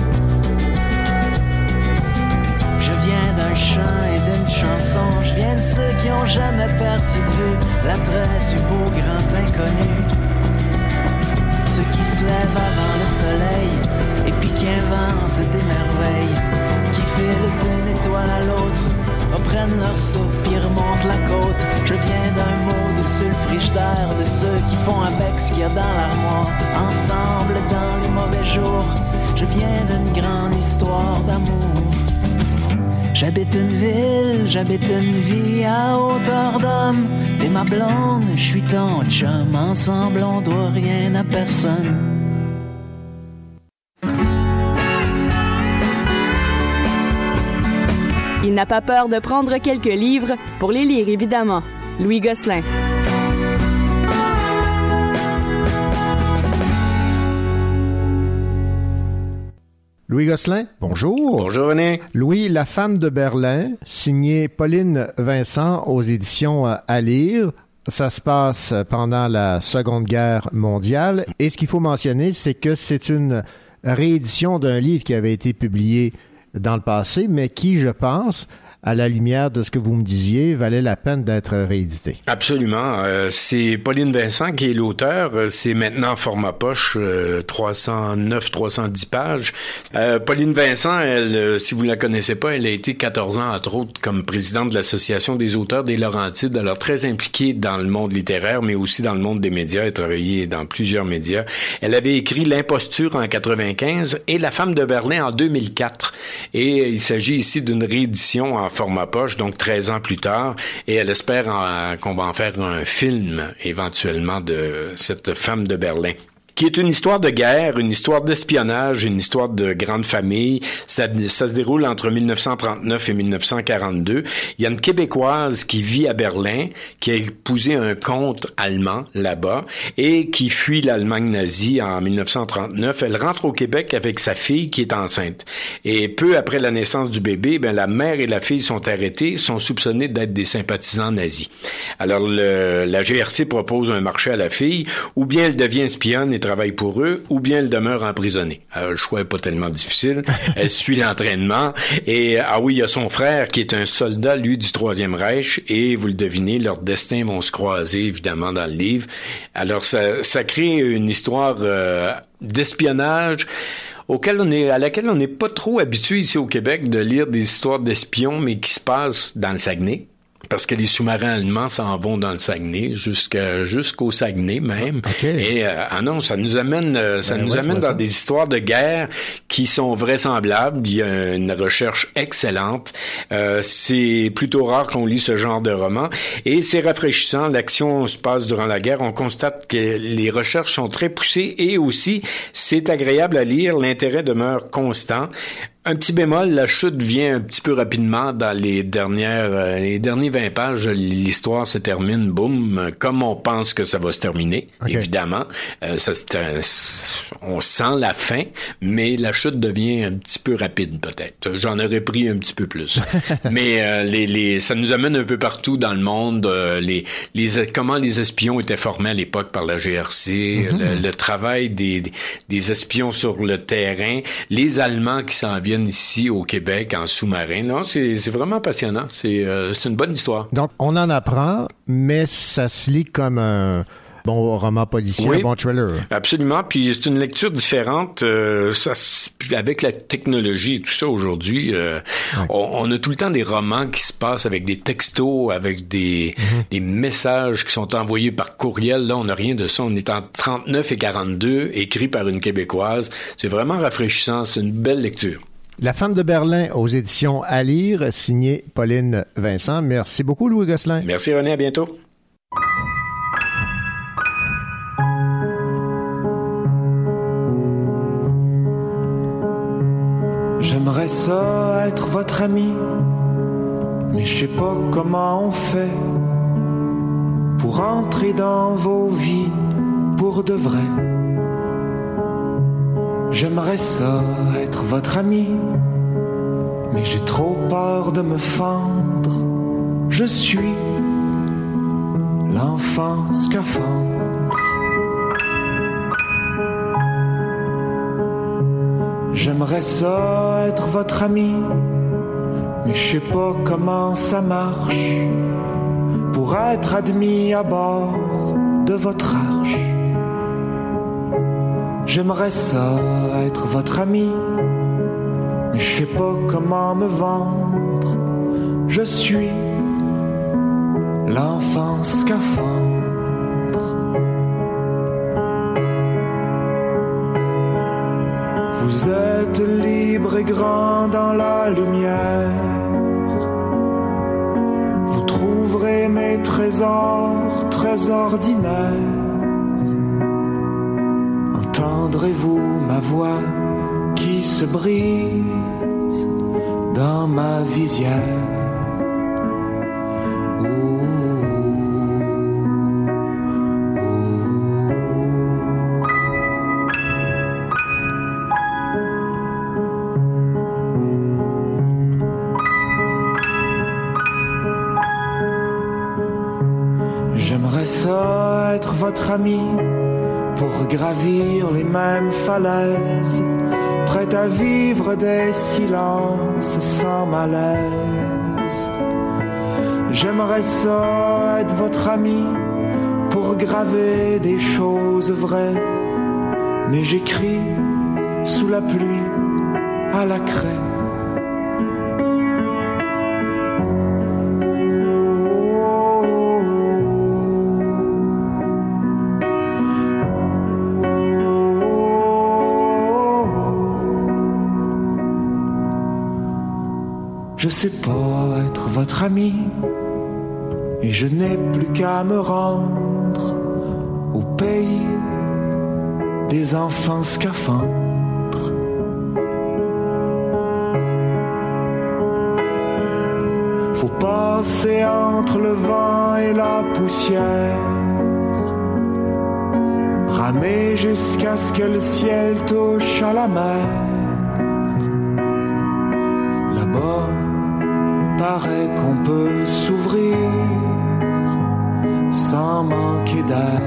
je viens d'un chant et d'une chanson. Je viens de ceux qui ont jamais perdu de vue l'attrait du beau grand inconnu. Ceux qui se lèvent avant le soleil et puis qui inventent des merveilles, qui filent d'une étoile à l'autre, reprennent leur souffle puis remontent la côte. Je viens d'un mot doux sur le frigidaire, de ceux qui font avec ce qu'il y a dans l'armoire, ensemble dans les mauvais jours. Je viens d'une grande histoire d'amour. J'habite une ville, j'habite une vie à hauteur d'homme. T'es ma blonde, je suis ton chum, ensemble on doit rien à personne. Il n'a pas peur de prendre quelques livres pour les lire, évidemment. Louis Gosselin. Louis Gosselin, bonjour. Bonjour René. Louis, La femme de Berlin, signé Pauline Vincent aux éditions À lire. Ça se passe pendant la Seconde Guerre mondiale. Et ce qu'il faut mentionner, c'est que c'est une réédition d'un livre qui avait été publié dans le passé, mais qui, je pense, à la lumière de ce que vous me disiez, valait la peine d'être réédité. Absolument. Euh, c'est Pauline Vincent qui est l'auteur. C'est maintenant format poche, euh, trois cent neuf, trois cent dix pages. Euh, Pauline Vincent, elle, euh, si vous la connaissez pas, elle a été quatorze ans, entre autres, comme présidente de l'Association des auteurs des Laurentides, alors très impliquée dans le monde littéraire, mais aussi dans le monde des médias. Elle a travaillé dans plusieurs médias. Elle avait écrit L'imposture en quatre-vingt-quinze et La femme de Berlin en deux mille quatre. Et il s'agit ici d'une réédition en format poche, donc treize ans plus tard, et elle espère en, qu'on va en faire un film éventuellement de cette femme de Berlin, qui est une histoire de guerre, une histoire d'espionnage, une histoire de grande famille. Ça, ça se déroule entre mille neuf cent trente-neuf et mille neuf cent quarante-deux. Il y a une Québécoise qui vit à Berlin, qui a épousé un comte allemand là-bas et qui fuit l'Allemagne nazie en mille neuf cent trente-neuf. Elle rentre au Québec avec sa fille qui est enceinte. Et peu après la naissance du bébé, ben la mère et la fille sont arrêtées, sont soupçonnées d'être des sympathisants nazis. Alors le, la G R C propose un marché à la fille, ou bien elle devient espionne et travaille pour eux, ou bien elle demeure emprisonnée. Alors, le choix est pas tellement difficile. Elle suit l'entraînement. Et, ah oui, il y a son frère qui est un soldat, lui, du Troisième Reich. Et, vous le devinez, leurs destins vont se croiser, évidemment, dans le livre. Alors, ça, ça crée une histoire euh, d'espionnage auquel on est, à laquelle on n'est pas trop habitué ici au Québec de lire des histoires d'espions, mais qui se passent dans le Saguenay. Parce que les sous-marins allemands s'en vont dans le Saguenay, jusqu'à, jusqu'au Saguenay même. Okay. Et euh, ah non, ça nous amène, euh, ça ben nous ouais, amène dans ça. Des histoires de guerre qui sont vraisemblables. Il y a une recherche excellente. Euh, c'est plutôt rare qu'on lit ce genre de roman. Et c'est rafraîchissant. L'action se passe durant la guerre. On constate que les recherches sont très poussées et aussi, c'est agréable à lire. L'intérêt demeure constant. Un petit bémol, la chute vient un petit peu rapidement dans les dernières, euh, les derniers vingt pages. L'histoire se termine, boum, comme on pense que ça va se terminer, okay. Évidemment. Euh, ça, on sent la fin, mais la chute devient un petit peu rapide, peut-être. J'en aurais pris un petit peu plus. mais euh, les, les, ça nous amène un peu partout dans le monde. Euh, les, les, comment les espions étaient formés à l'époque par la G R C, mm-hmm. le, le travail des, des espions sur le terrain, les Allemands qui s'en viennent ici au Québec en sous-marin. Non, c'est, c'est vraiment passionnant. C'est, euh, c'est une bonne histoire. Donc, on en apprend, mais ça se lit comme un bon roman policier, oui, un bon thriller. Absolument. Puis c'est une lecture différente. Euh, ça, avec la technologie et tout ça aujourd'hui, euh, ouais. on, on a tout le temps des romans qui se passent avec des textos, avec des, mm-hmm. des messages qui sont envoyés par courriel. Là, on n'a rien de ça. On est en trente-neuf et quarante-deux, écrit par une Québécoise. C'est vraiment rafraîchissant. C'est une belle lecture. La femme de Berlin aux éditions À lire, signée Pauline Vincent. Merci beaucoup, Louis Gosselin. Merci, René. À bientôt. J'aimerais ça être votre ami, mais je sais pas comment on fait pour entrer dans vos vies pour de vrai. J'aimerais ça être votre ami, mais j'ai trop peur de me fendre. Je suis l'enfant scaphandre. J'aimerais ça être votre ami, mais je sais pas comment ça marche pour être admis à bord de votre arche. J'aimerais ça être votre ami, mais je sais pas comment me vendre. Je suis l'enfant scaphandre. Vous êtes libre et grand dans la lumière. Vous trouverez mes trésors très ordinaires. Entendrez-vous ma voix qui se brise dans ma visière. J'aimerais ça être votre ami pour gravir les mêmes falaises, prêt à vivre des silences sans malaise. J'aimerais ça être votre ami pour graver des choses vraies, mais j'écris sous la pluie à la craie. Je sais pas être votre ami, et je n'ai plus qu'à me rendre au pays des enfants scaphandres. Faut passer entre le vent et la poussière, ramer jusqu'à ce que le ciel touche à la mer. Là-bas, paraît qu'on peut s'ouvrir sans manquer d'air.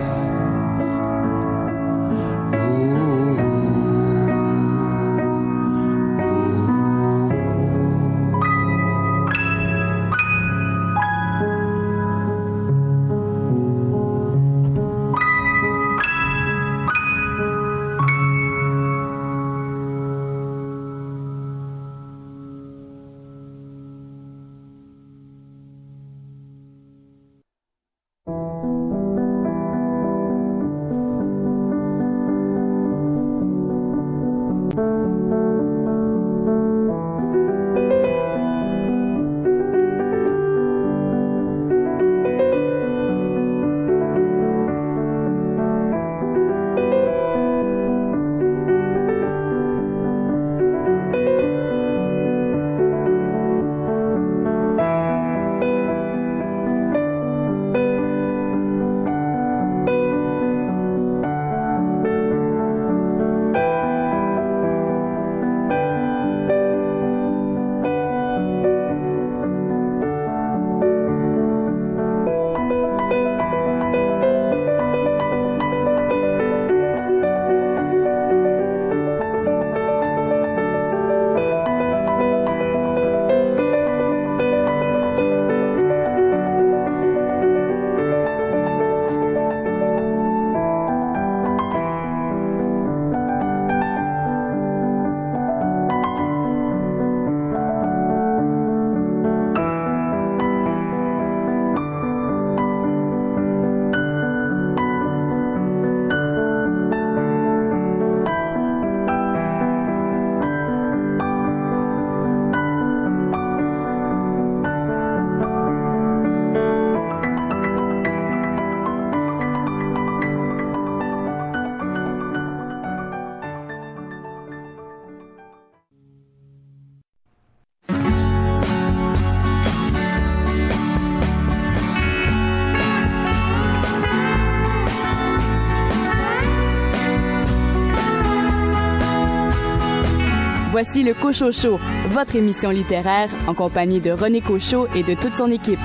Voici le Cochot Show, votre émission littéraire en compagnie de René Cochot et de toute son équipe.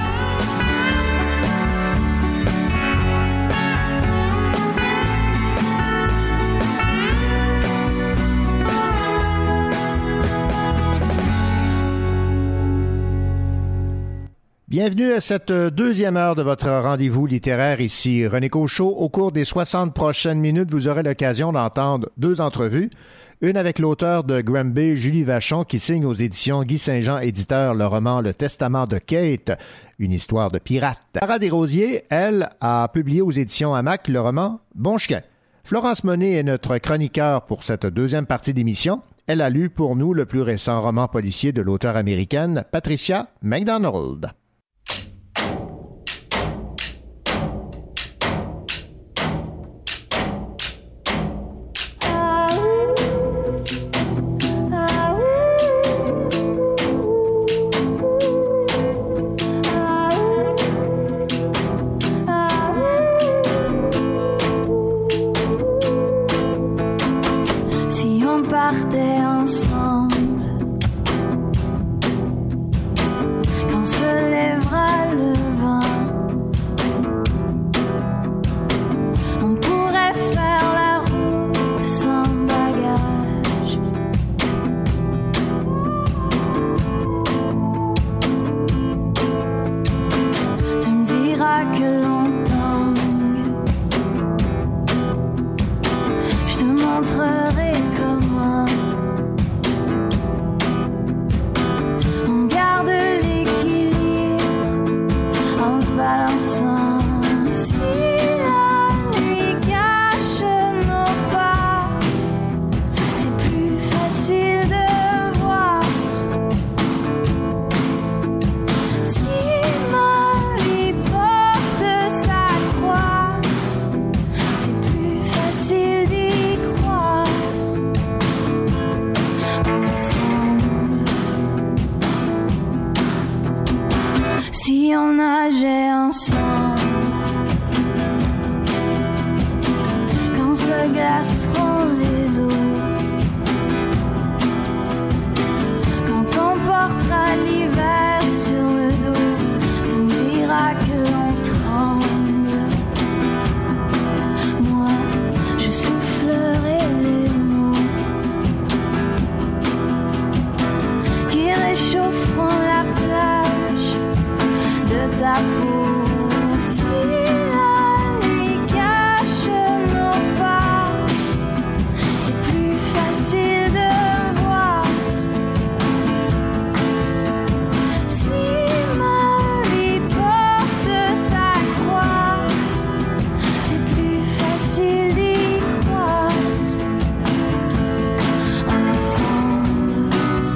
Bienvenue à cette deuxième heure de votre rendez-vous littéraire. Ici René Cochot. Au cours des soixante prochaines minutes, vous aurez l'occasion d'entendre deux entrevues. Une avec l'auteur de Granby, Julie Vachon, qui signe aux éditions Guy Saint-Jean, éditeur, le roman Le Testament de Kate, une histoire de pirate. Sarah Desrosiers, elle, a publié aux éditions Hamac le roman Bon chien. Florence Monet est notre chroniqueur pour cette deuxième partie d'émission. Elle a lu pour nous le plus récent roman policier de l'auteure américaine Patricia McDonald. effaceront les eaux. Quand on portera l'hiver sur le dos, tu me diras que l'on tremble. Moi, je soufflerai les mots qui réchaufferont la plage de ta peau. Si la nuit cache nos pas, c'est plus facile de voir. Si ma vie porte sa croix, c'est plus facile d'y croire. Ensemble.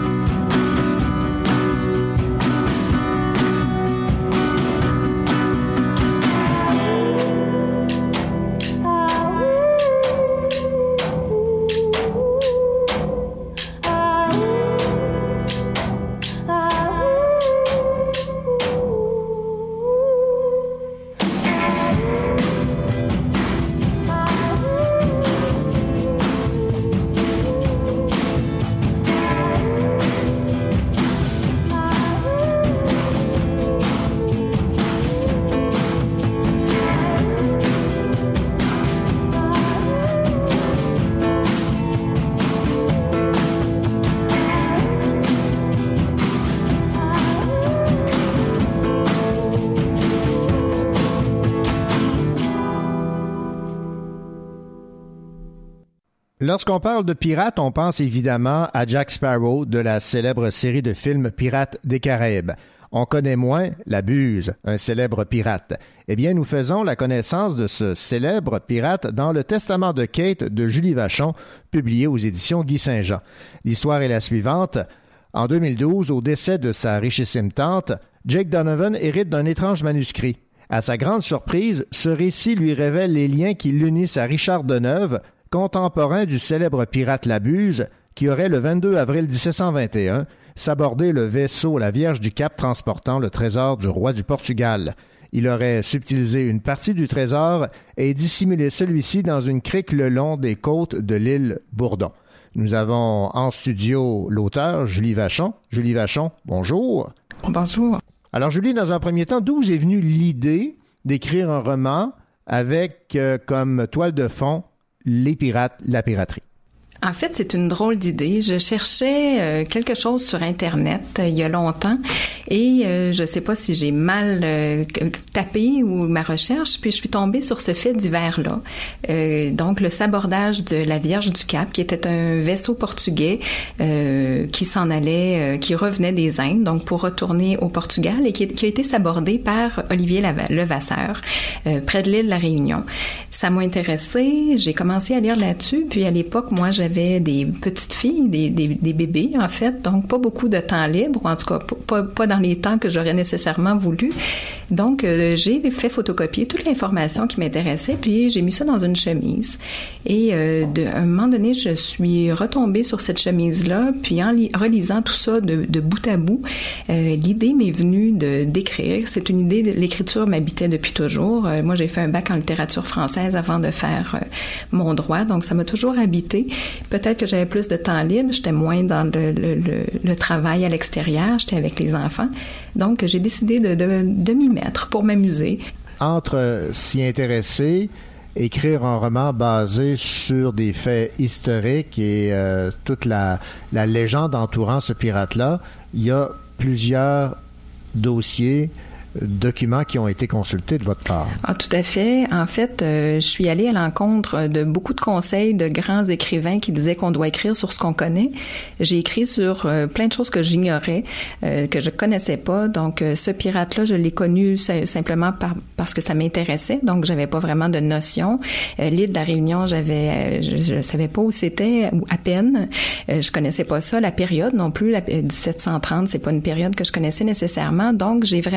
Lorsqu'on parle de pirates, on pense évidemment à Jack Sparrow de la célèbre série de films Pirates des Caraïbes. On connaît moins La Buse, un célèbre pirate. Eh bien, nous faisons la connaissance de ce célèbre pirate dans Le Testament de Kate de Julie Vachon, publié aux éditions Guy Saint-Jean. L'histoire est la suivante. En deux mille douze, au décès de sa richissime tante, Jake Donovan hérite d'un étrange manuscrit. À sa grande surprise, ce récit lui révèle les liens qui l'unissent à Richard Deneuve, contemporain du célèbre pirate La Buse, qui aurait le vingt-deux avril dix-sept cent vingt et un sabordé le vaisseau La Vierge du Cap transportant le trésor du roi du Portugal. Il aurait subtilisé une partie du trésor et dissimulé celui-ci dans une crique le long des côtes de l'île Bourdon. Nous avons en studio l'auteur, Julie Vachon. Julie Vachon, bonjour. Bonjour. Alors Julie, dans un premier temps, d'où vous est venue l'idée d'écrire un roman avec euh, comme toile de fond les pirates, la piraterie? En fait, c'est une drôle d'idée. Je cherchais euh, quelque chose sur Internet euh, il y a longtemps et euh, je sais pas si j'ai mal euh, tapé ou ma recherche, puis je suis tombée sur ce fait divers-là. Euh, donc, le sabordage de la Vierge du Cap, qui était un vaisseau portugais euh, qui s'en allait, euh, qui revenait des Indes, donc pour retourner au Portugal et qui, qui a été sabordé par Olivier Levasseur, euh, près de l'île de la Réunion. Ça m'a intéressée, j'ai commencé à lire là-dessus, puis à l'époque, moi, j'avais des petites filles, des, des, des bébés, en fait, donc pas beaucoup de temps libre, ou en tout cas, pas, pas dans les temps que j'aurais nécessairement voulu. Donc, euh, j'ai fait photocopier toute l'information qui m'intéressait, puis j'ai mis ça dans une chemise. Et euh, de, à un moment donné, je suis retombée sur cette chemise-là, puis en li- relisant tout ça de, de bout à bout, euh, l'idée m'est venue de d'écrire. C'est une idée, de, l'écriture m'habitait depuis toujours. Euh, moi, j'ai fait un bac en littérature française avant de faire euh, mon droit, donc ça m'a toujours habité. Peut-être que j'avais plus de temps libre, j'étais moins dans le, le, le, le travail à l'extérieur, j'étais avec les enfants, donc j'ai décidé de, de, de m'y mettre pour m'amuser. Entre euh, s'y intéresser, écrire un roman basé sur des faits historiques et euh, toute la, la légende entourant ce pirate-là, il y a plusieurs dossiers, documents qui ont été consultés de votre part. Ah, tout à fait. En fait, euh, je suis allée à l'encontre de beaucoup de conseils de grands écrivains qui disaient qu'on doit écrire sur ce qu'on connaît. J'ai écrit sur euh, plein de choses que j'ignorais, euh, que je connaissais pas. Donc, euh, ce pirate-là, je l'ai connu s- simplement par, parce que ça m'intéressait. Donc, j'avais pas vraiment de notion. Euh, l'île de la Réunion, j'avais, euh, je, je savais pas où c'était, ou à peine. Euh, je connaissais pas ça. La période non plus, la dix-sept cent trente, c'est pas une période que je connaissais nécessairement. Donc, j'ai vraiment tout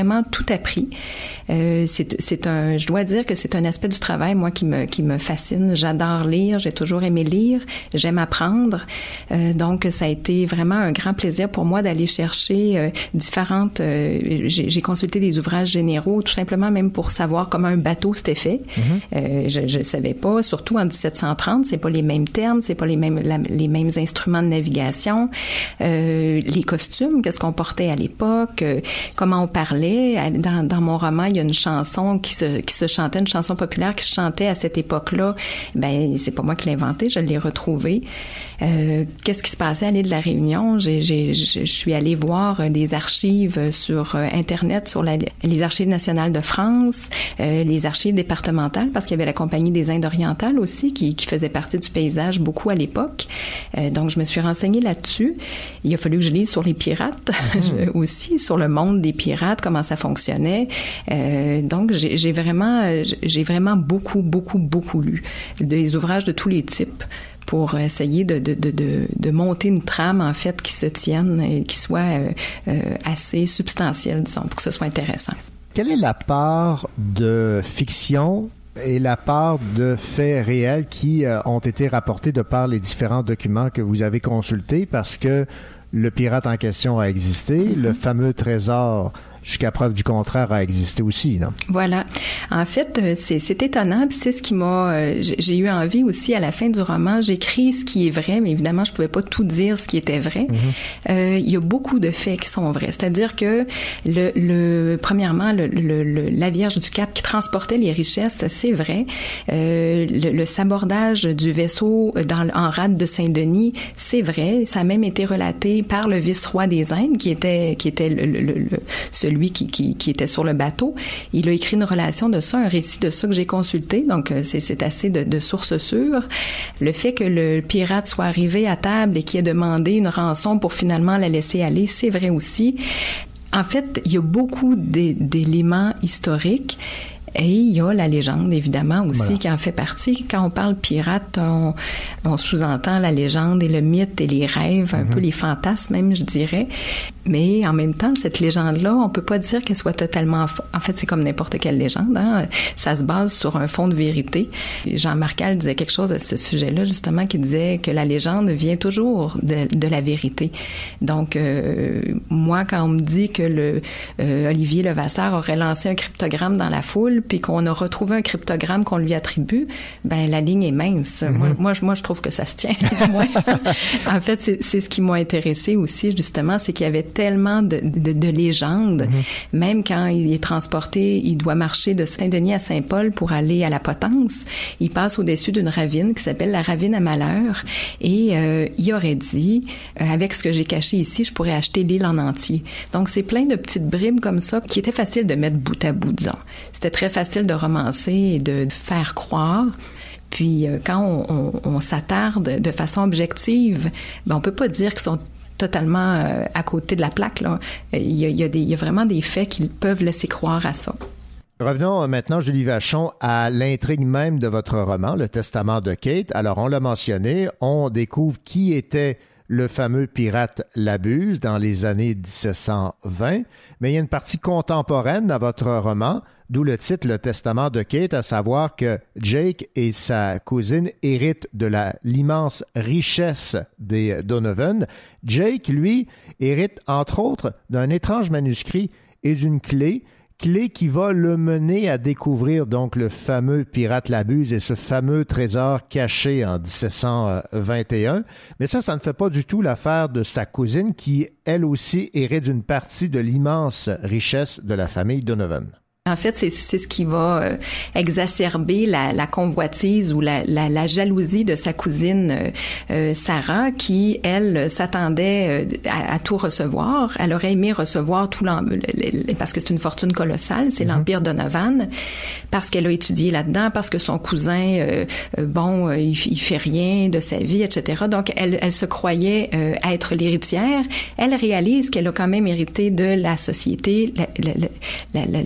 tout appris. Euh, c'est, c'est un, je dois dire que c'est un aspect du travail, moi, qui me, qui me fascine. J'adore lire, j'ai toujours aimé lire, j'aime apprendre. Euh, donc, ça a été vraiment un grand plaisir pour moi d'aller chercher euh, différentes... Euh, j'ai, j'ai consulté des ouvrages généraux, tout simplement même pour savoir comment un bateau s'était fait. Mm-hmm. Euh, je ne savais pas, surtout en dix-sept cent trente, c'est pas les mêmes termes, c'est pas les mêmes, la, les mêmes instruments de navigation, euh, les costumes, qu'est-ce qu'on portait à l'époque, euh, comment on parlait. Dans, dans mon roman, il y a une chanson qui se, qui se chantait, une chanson populaire qui se chantait à cette époque-là. Ben, c'est pas moi qui l'ai inventée, je l'ai retrouvée. Euh, qu'est-ce qui se passait à l'île de la Réunion? J'ai, j'ai, je suis allée voir des archives sur Internet, sur la, les archives nationales de France, euh, les archives départementales, parce qu'il y avait la Compagnie des Indes orientales aussi, qui, qui faisait partie du paysage beaucoup à l'époque. Euh, donc, je me suis renseignée là-dessus. Il a fallu que je lise sur les pirates mmh. aussi, sur le monde des pirates, comment ça fonctionnait. Euh, donc, j'ai, j'ai vraiment, j'ai vraiment beaucoup, beaucoup, beaucoup lu des ouvrages de tous les types pour essayer de, de, de, de, de monter une trame, en fait, qui se tienne et qui soit euh, euh, assez substantielle, disons, pour que ce soit intéressant. Quelle est la part de fiction et la part de faits réels qui euh, ont été rapportés de par les différents documents que vous avez consultés? Parce que le pirate en question a existé, mm-hmm. le fameux trésor, jusqu'à preuve du contraire, a existé aussi, non? Voilà. En fait, c'est, c'est étonnant, puis c'est ce qui m'a... Euh, j'ai eu envie aussi, à la fin du roman, j'écris ce qui est vrai, mais évidemment, je pouvais pas tout dire ce qui était vrai. Mm-hmm. Euh, il y a beaucoup de faits qui sont vrais. C'est-à-dire que, le, le premièrement, le, le, le, la Vierge du Cap qui transportait les richesses, c'est vrai. Euh, le, le sabordage du vaisseau dans, en rade de Saint-Denis, c'est vrai. Ça a même été relaté par le vice-roi des Indes, qui était, qui était le, le, le, celui Lui qui, qui, qui était sur le bateau. Il a écrit une relation de ça, un récit de ça que j'ai consulté, donc c'est, c'est assez de, de sources sûres. Le fait que le pirate soit arrivé à table et qu'il ait demandé une rançon pour finalement la laisser aller, c'est vrai aussi. En fait, il y a beaucoup d'éléments historiques. Et il y a la légende, évidemment, aussi, voilà. qui en fait partie. Quand on parle pirate, on, on sous-entend la légende et le mythe et les rêves, un mm-hmm. peu les fantasmes même, je dirais. Mais en même temps, cette légende-là, on peut pas dire qu'elle soit totalement... En fait, c'est comme n'importe quelle légende, hein. Ça se base sur un fond de vérité. Jean Marcal disait quelque chose à ce sujet-là, justement, qui disait que la légende vient toujours de, de la vérité. Donc, euh, moi, quand on me dit que le euh, Olivier Levasseur aurait lancé un cryptogramme dans la foule, puis qu'on a retrouvé un cryptogramme qu'on lui attribue, ben la ligne est mince. Mm-hmm. Moi, moi, je, moi, je trouve que ça se tient, du moins. En fait, c'est, c'est ce qui m'a intéressé aussi, justement, c'est qu'il y avait tellement de, de, de légendes. Mm-hmm. Même quand il est transporté, il doit marcher de Saint-Denis à Saint-Paul pour aller à la Potence. Il passe au-dessus d'une ravine qui s'appelle la ravine à Malheur. Et euh, il aurait dit, euh, avec ce que j'ai caché ici, je pourrais acheter l'île en entier. Donc, c'est plein de petites bribes comme ça qui étaient faciles de mettre bout à bout, disons. C'était très facile de romancer et de faire croire. Puis euh, quand on, on, on s'attarde de façon objective, ben on peut pas dire qu'ils sont totalement euh, à côté de la plaque, là. Il y a, il y a des, il y a vraiment des faits qui peuvent laisser croire à ça. Revenons maintenant, Julie Vachon, à l'intrigue même de votre roman, Le Testament de Kate. Alors, on l'a mentionné, on découvre qui était le fameux pirate Labuse dans les années dix-sept cent vingt, mais il y a une partie contemporaine dans votre roman, d'où le titre Le Testament de Kate, à savoir que Jake et sa cousine héritent de la, l'immense richesse des Donovan. Jake, lui, hérite entre autres d'un étrange manuscrit et d'une clé, clé qui va le mener à découvrir donc le fameux pirate Labuse et ce fameux trésor caché en dix-sept cent vingt et un. Mais ça, ça ne fait pas du tout l'affaire de sa cousine qui, elle aussi, hérite d'une partie de l'immense richesse de la famille Donovan. En fait, c'est, c'est ce qui va euh, exacerber la, la convoitise ou la, la, la jalousie de sa cousine euh, euh, Sarah, qui, elle, s'attendait euh, à, à tout recevoir. Elle aurait aimé recevoir tout l'empire, parce que c'est une fortune colossale, c'est mm-hmm. l'Empire Donovan, parce qu'elle a étudié là-dedans, parce que son cousin, euh, euh, bon, euh, il, il fait rien de sa vie, et cetera. Donc, elle, elle se croyait euh, être l'héritière. Elle réalise qu'elle a quand même hérité de la société, la, la, la, la, le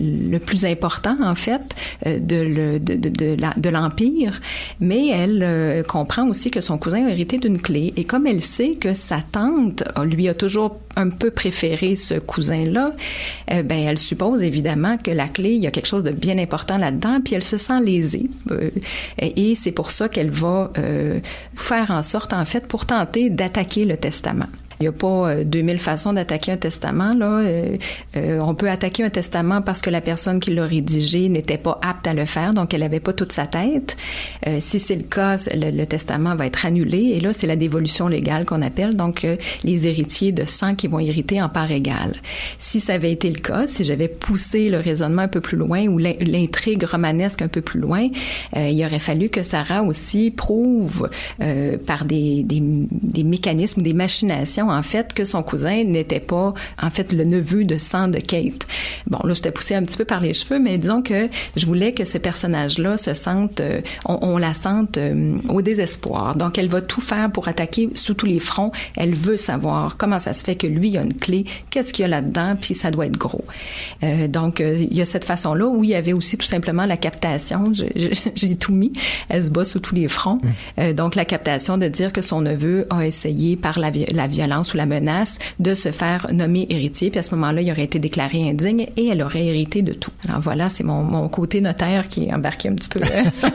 plus important, en fait, euh, de, le, de, de, de, la, de l'Empire, mais elle euh, comprend aussi que son cousin a hérité d'une clé. Et comme elle sait que sa tante lui a toujours un peu préféré ce cousin-là, euh, ben elle suppose évidemment que la clé, il y a quelque chose de bien important là-dedans, puis elle se sent lésée. Euh, et c'est pour ça qu'elle va euh, faire en sorte, en fait, pour tenter d'attaquer le testament. Il n'y a pas euh, deux mille façons d'attaquer un testament, là. Euh, euh, on peut attaquer un testament parce que la personne qui l'a rédigé n'était pas apte à le faire, donc elle n'avait pas toute sa tête. Euh, si c'est le cas, le, le testament va être annulé, et là, c'est la dévolution légale qu'on appelle, donc euh, les héritiers de sang qui vont hériter en part égale. Si ça avait été le cas, si j'avais poussé le raisonnement un peu plus loin ou l'intrigue romanesque un peu plus loin, euh, il aurait fallu que Sarah aussi prouve euh, par des, des, des mécanismes, des machinations, en fait, que son cousin n'était pas, en fait, le neveu de sang de Kate. Bon, là, j'étais poussée un petit peu par les cheveux, mais disons que je voulais que ce personnage-là se sente, euh, on, on la sente euh, au désespoir. Donc, elle va tout faire pour attaquer sous tous les fronts. Elle veut savoir comment ça se fait que lui, il a une clé, qu'est-ce qu'il y a là-dedans, puis ça doit être gros. Euh, donc, euh, il y a cette façon-là où il y avait aussi tout simplement la captation. Je, je, j'ai tout mis. Elle se bat sous tous les fronts. Mmh. Euh, donc, la captation de dire que son neveu a essayé par la, la violence ou la menace de se faire nommer héritier, puis à ce moment-là, il aurait été déclaré indigne et elle aurait hérité de tout. Alors voilà, c'est mon, mon côté notaire qui est embarqué un petit peu.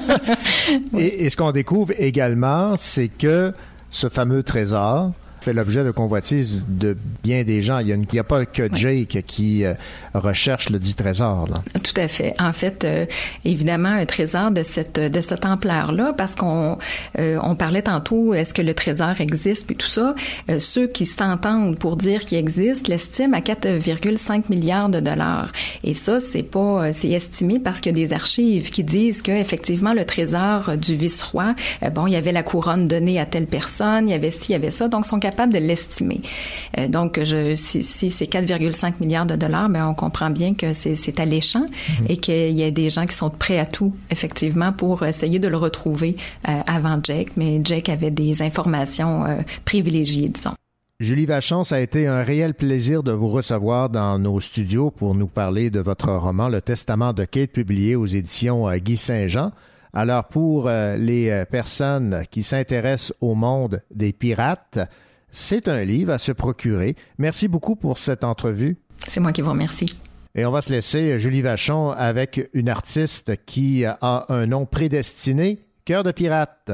Oui. et, et ce qu'on découvre également, c'est que ce fameux trésor fait l'objet de convoitises de bien des gens. Il n'y a, a pas que Jake oui. qui euh, recherche le dit trésor. Là. Tout à fait. En fait, euh, évidemment, un trésor de cette de cette ampleur-là, parce qu'on euh, on parlait tantôt, est-ce que le trésor existe et tout ça. Euh, ceux qui s'entendent pour dire qu'il existe l'estiment à quatre virgule cinq milliards de dollars. Et ça, c'est pas, c'est estimé parce qu'il y a des archives qui disent que effectivement le trésor du vice-roi, euh, bon, il y avait la couronne donnée à telle personne, il y avait ci, il y avait ça, donc ils sont capables de l'estimer. Euh, donc, je, si, si c'est quatre virgule cinq milliards de dollars, ben on comprend bien que c'est, c'est alléchant mm-hmm. et qu'il y a des gens qui sont prêts à tout, effectivement, pour essayer de le retrouver euh, avant Jake. Mais Jake avait des informations euh, privilégiées, disons. Julie Vachon, ça a été un réel plaisir de vous recevoir dans nos studios pour nous parler de votre roman « Le Testament de Kate », publié aux éditions euh, Guy Saint-Jean. Alors, pour euh, les euh, personnes qui s'intéressent au monde des pirates, c'est un livre à se procurer. Merci beaucoup pour cette entrevue. C'est moi qui vous remercie. Et on va se laisser, Julie Vachon, avec une artiste qui a un nom prédestiné, Cœur de pirate.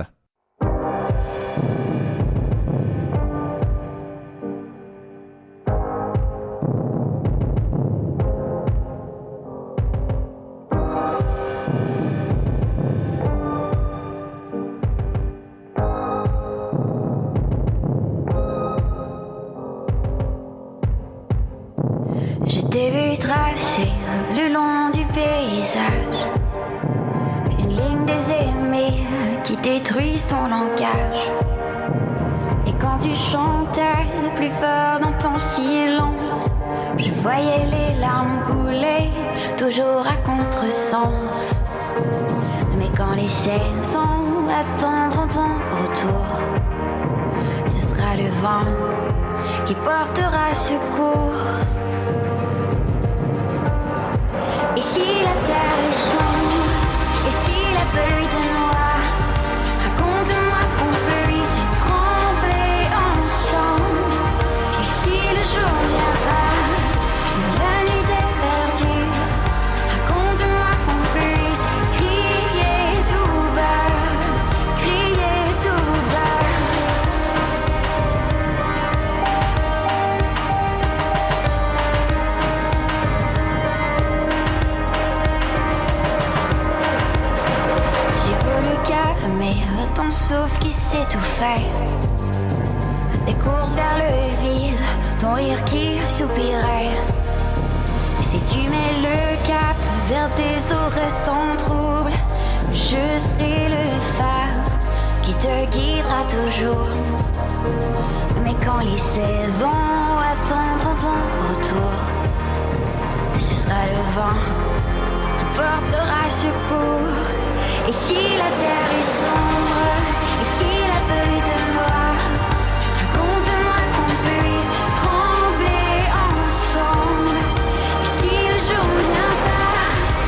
Je t'ai vu tracer le long du paysage une ligne des aimés qui détruisent ton langage. Et quand tu chantais plus fort dans ton silence, je voyais les larmes couler, toujours à contresens. Mais quand les saisons attendront ton retour, ce sera le vent qui portera secours. Et si la terre est sombre, et si la pluie te noie, raconte-moi qu'on puisse trembler ensemble. Et si le jour viendra, de la nuit est perdue, raconte-moi qu'on puisse crier tout bas, crier tout bas. Mais ton souffle qui s'étouffait, des courses vers le vide, ton rire qui soupirait. Et si tu mets le cap vers des horizons sans trouble, je serai le phare qui te guidera toujours. Mais quand les saisons attendront ton retour, ce sera le vent qui portera secours. Et si la terre est sombre, et si la pluie te noie, raconte-moi qu'on puisse trembler ensemble. Et si le jour viendra,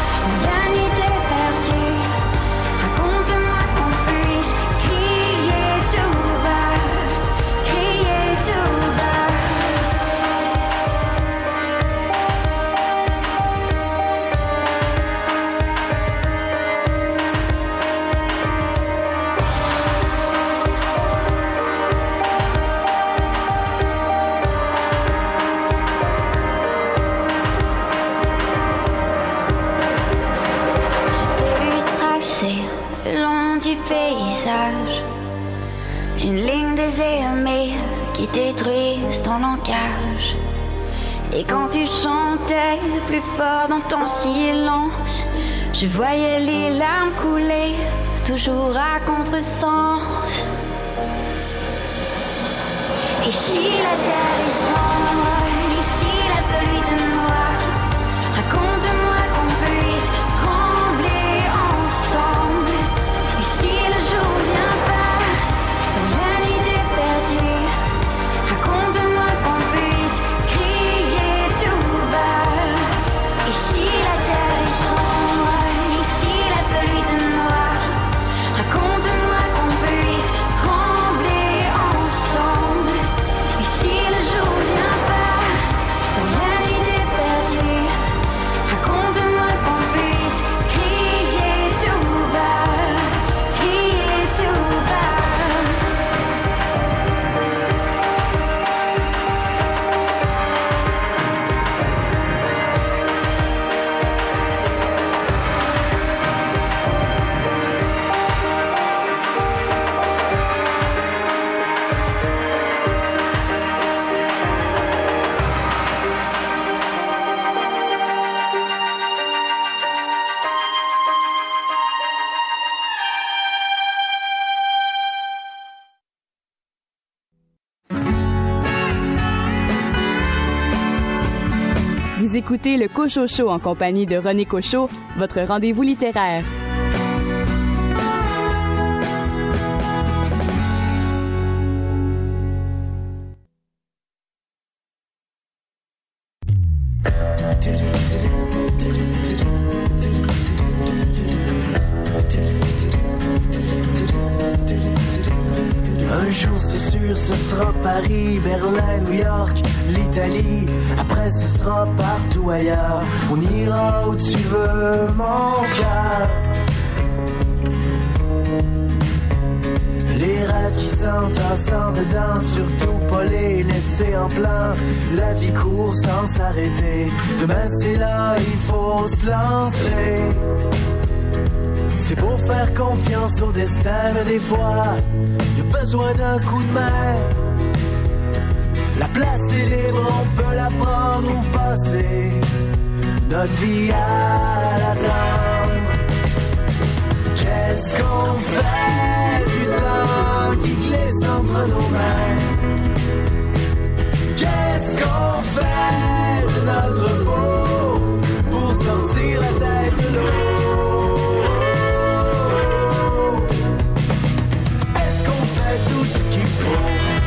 tracé le long du paysage. Une ligne désarmée qui détruise ton langage. Et quand tu chantais plus fort dans ton silence, je voyais les larmes couler, toujours à contresens. Et si la terre est sombre, et si la pluie te noie, raconte-moi qu'on puisse trembler ensemble. Et si le jour vient pas, dans la nuit t'es perdu, raconte-moi qu'on puisse crier tout bas. Et si la terre est sombre, et si la pluie te noie, raconte-moi qu'on puisse trembler ensemble. Et si le jour vient pas, dans la nuit t'es perdu, raconte-moi qu'on puisse crier tout bas, crier tout bas. Vous écoutez le Cochot Show en compagnie de René Cochot, votre rendez-vous littéraire. Un jour c'est sûr ce sera Paris, Berlin, New York, l'Italie. Après ce sera partout ailleurs. On ira où tu veux mon cœur. Les rêves qui s'entassent en dedans, surtout pas les laisser en plan. La vie court sans s'arrêter. Demain c'est là, il faut se lancer. C'est pour faire confiance au destin, mais des fois, y a besoin d'un coup de main. La place est libre, on peut la prendre ou passer notre vie à l'attendre. Qu'est-ce qu'on fait du temps qui glisse entre nos mains? Qu'est-ce qu'on fait de notre peau pour sortir la tête de l'eau? Tout ce qu'il faut.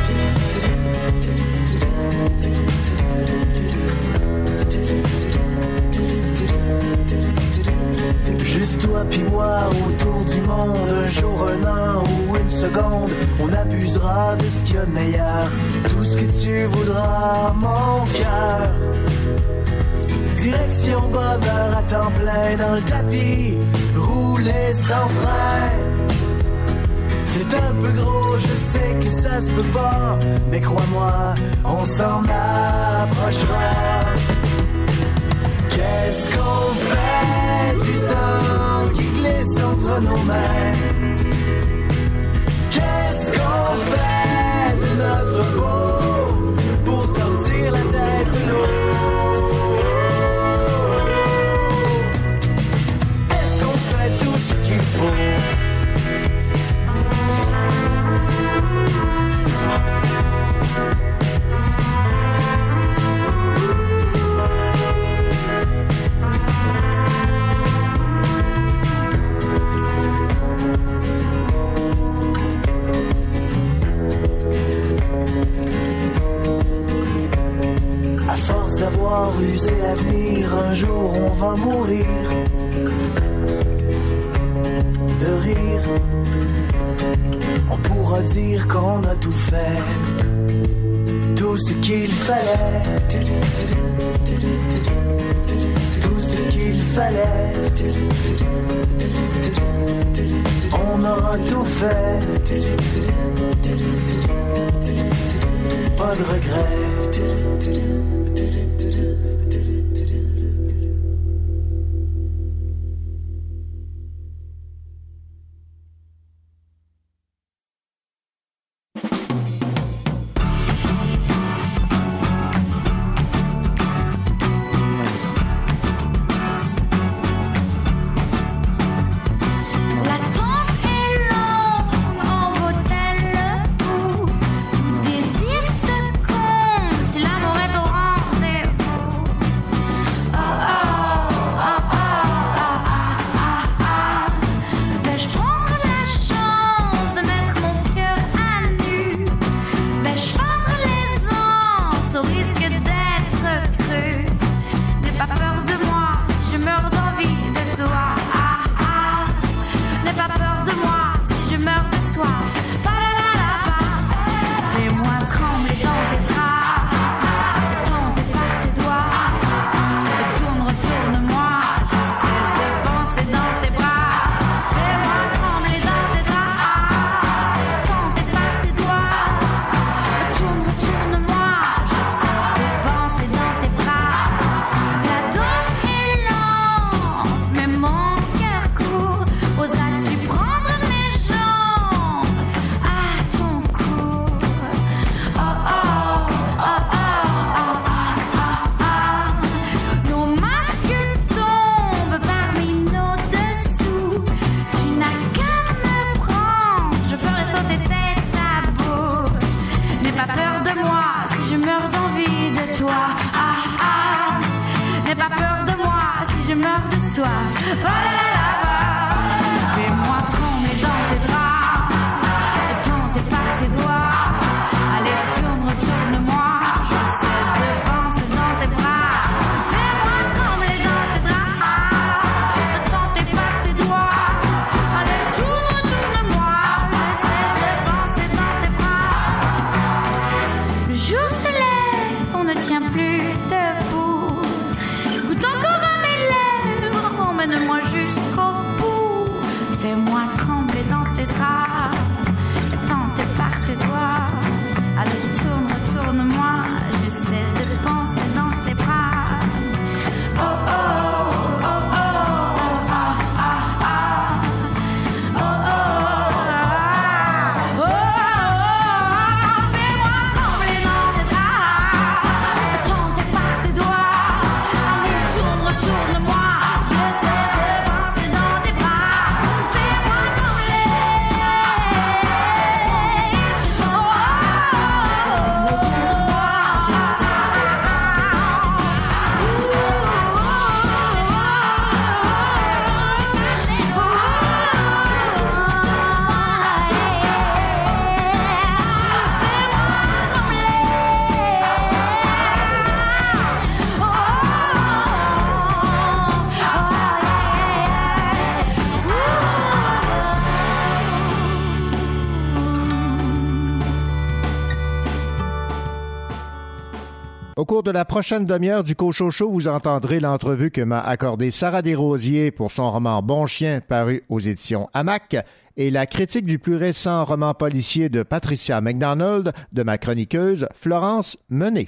Juste toi pis moi autour du monde, un jour, un an ou une seconde, on abusera de ce qu'il y a de meilleur, tout ce que tu voudras, mon cœur. Direction bonheur à temps plein dans le tapis, rouler sans frein. C'est un peu gros, je sais que ça se peut pas, mais crois-moi, on s'en approchera. Qu'est-ce qu'on fait du temps qui glisse entre nos mains? Qu'est-ce qu'on fait de notre peau pour sortir la tête de l'eau? Est-ce qu'on fait tout ce qu'il faut? À force d'avoir usé l'avenir, un jour on va mourir de rire. On pourra dire qu'on a tout fait, tout ce qu'il fallait, tout ce qu'il fallait. On aura tout fait, pas de regrets. Fais-moi trembler dans tes draps, tenter par tes doigts. Allez, tourne, retourne-moi, je cesse de penser dans tes bras. Oh, oh, oh, oh, oh, ah, ah, ah. Oh, oh, oh, oh, fais-moi trembler dans tes bras, tenter par tes doigts. Allez, tourne, retourne-moi, je cesse de penser dans tes bras. Fais-moi trembler. Oh, oh, Au cours de la prochaine demi-heure du Cochocho, vous entendrez l'entrevue que m'a accordée Sarah Desrosiers pour son roman Bon Chien, paru aux éditions Hamac, et la critique du plus récent roman policier de Patricia McDonald de ma chroniqueuse Florence Menet.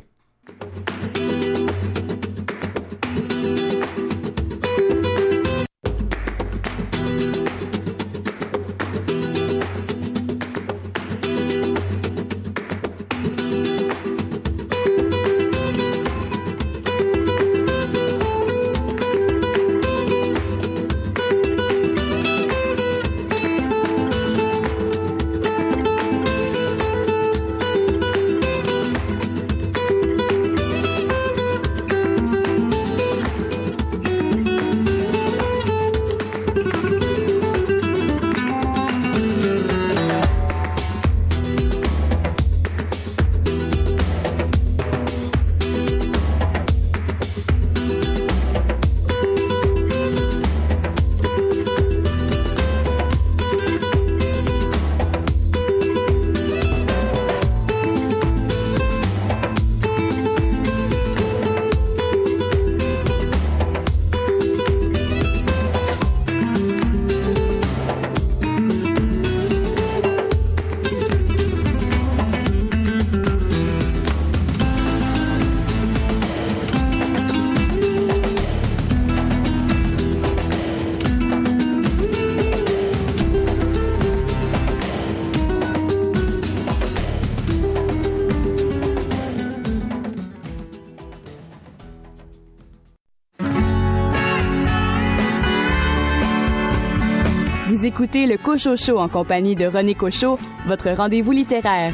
Vous écoutez le Cochocho en compagnie de René Cochot, votre rendez-vous littéraire.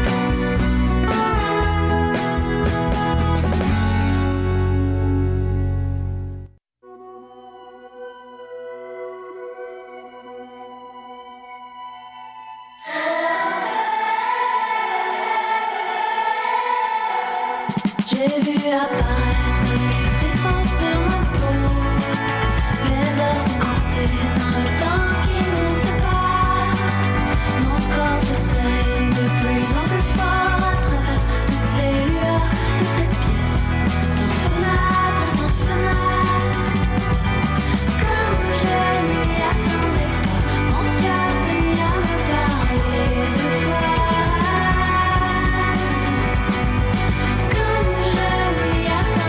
J'ai vu apparaître les frissons sur ma peau, les heures s'écourter dans le temps qui nous sépare. Mon corps s'essaye de plus en plus fort à travers toutes les lueurs de cette pièce, sans fenêtre, sans fenêtre. Comme je n'y attendais pas, mon cœur s'est mis à me parler de toi. Comme je n'y attendais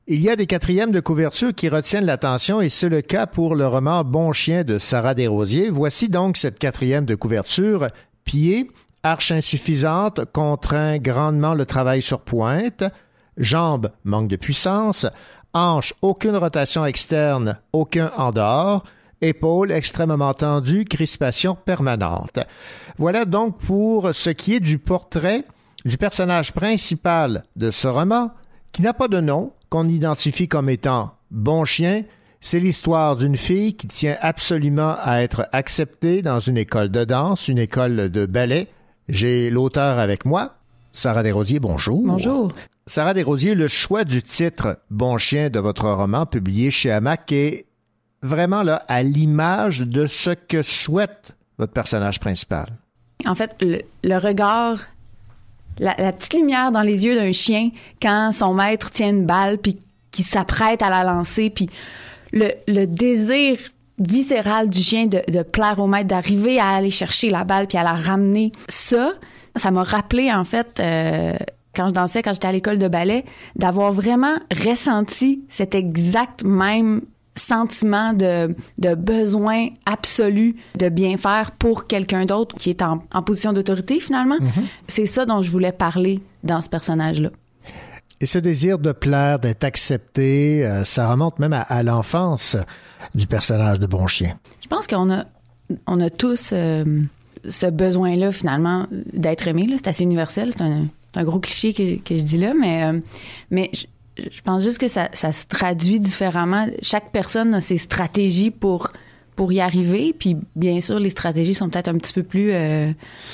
Il y a des quatrièmes de couverture qui retiennent l'attention et c'est le cas pour le roman Bon chien de Sarah Desrosiers. Voici donc cette quatrième de couverture. Pied, arche insuffisante, contraint grandement le travail sur pointe. Jambes, manque de puissance. Hanches, aucune rotation externe, aucun en dehors. Épaules extrêmement tendues, crispation permanente. Voilà donc pour ce qui est du portrait du personnage principal de ce roman, qui n'a pas de nom, qu'on identifie comme étant Bon chien. C'est l'histoire d'une fille qui tient absolument à être acceptée dans une école de danse, une école de ballet. J'ai l'auteur avec moi, Sarah Desrosiers, bonjour. Bonjour. Sarah Desrosiers, le choix du titre Bon chien de votre roman publié chez Hamac est vraiment là à l'image de ce que souhaite votre personnage principal. En fait, le, le regard, la, la petite lumière dans les yeux d'un chien quand son maître tient une balle puis qu'il s'apprête à la lancer, puis le, le désir viscéral du chien de, de plaire au maître, d'arriver à aller chercher la balle puis à la ramener. Ça, ça m'a rappelé en fait euh, quand je dansais, quand j'étais à l'école de ballet, d'avoir vraiment ressenti cet exact même sentiment de, de besoin absolu de bien faire pour quelqu'un d'autre qui est en, en position d'autorité, finalement. Mm-hmm. C'est ça dont je voulais parler dans ce personnage-là. Et ce désir de plaire, d'être accepté, euh, ça remonte même à, à l'enfance du personnage de Bon chien. Je pense qu'on a, on a tous euh, ce besoin-là, finalement, d'être aimé. Là. C'est assez universel. C'est un, c'est un gros cliché que, que je dis là, mais, euh, mais je, Je pense juste que ça, ça se traduit différemment. Chaque personne a ses stratégies pour, pour y arriver. Puis, bien sûr, les stratégies sont peut-être un petit peu plus euh,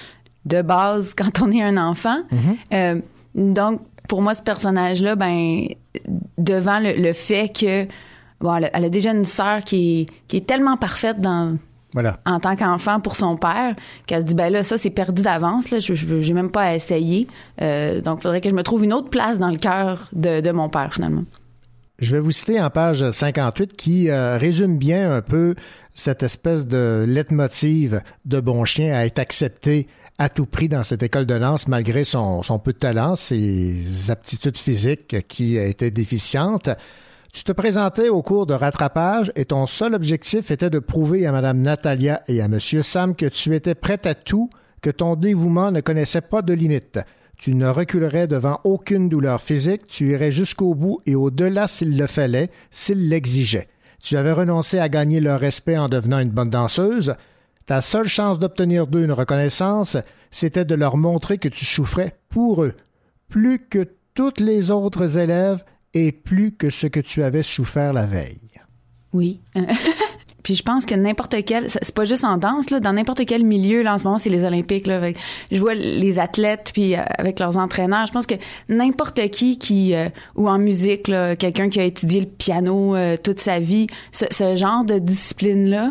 de base quand on est un enfant. Mm-hmm. Euh, donc, pour moi, ce personnage-là, ben, devant le, le fait que, bon, elle a, elle a déjà une sœur qui est, qui est tellement parfaite dans... Voilà. En tant qu'enfant pour son père, qu'elle se dit, ben là, ça, c'est perdu d'avance, là, je n'ai même pas à essayer. Euh, donc, il faudrait que je me trouve une autre place dans le cœur de, de mon père, finalement. Je vais vous citer en page cinquante-huit qui euh, résume bien un peu cette espèce de leitmotiv de Bon chien à être accepté à tout prix dans cette école de danse, malgré son, son peu de talent, ses aptitudes physiques qui étaient déficientes. Tu te présentais au cours de rattrapage et ton seul objectif était de prouver à Mme Natalia et à M. Sam que tu étais prête à tout, que ton dévouement ne connaissait pas de limite. Tu ne reculerais devant aucune douleur physique, tu irais jusqu'au bout et au-delà s'il le fallait, s'il l'exigeait. Tu avais renoncé à gagner leur respect en devenant une bonne danseuse. Ta seule chance d'obtenir d'eux une reconnaissance, c'était de leur montrer que tu souffrais pour eux, plus que toutes les autres élèves et plus que ce que tu avais souffert la veille. Oui. Puis je pense que n'importe quel... C'est pas juste en danse, là. Dans n'importe quel milieu, là, en ce moment, c'est les Olympiques, là. Je vois les athlètes, puis euh, avec leurs entraîneurs. Je pense que n'importe qui qui... Euh, ou en musique, là, quelqu'un qui a étudié le piano euh, toute sa vie, ce, ce genre de discipline-là,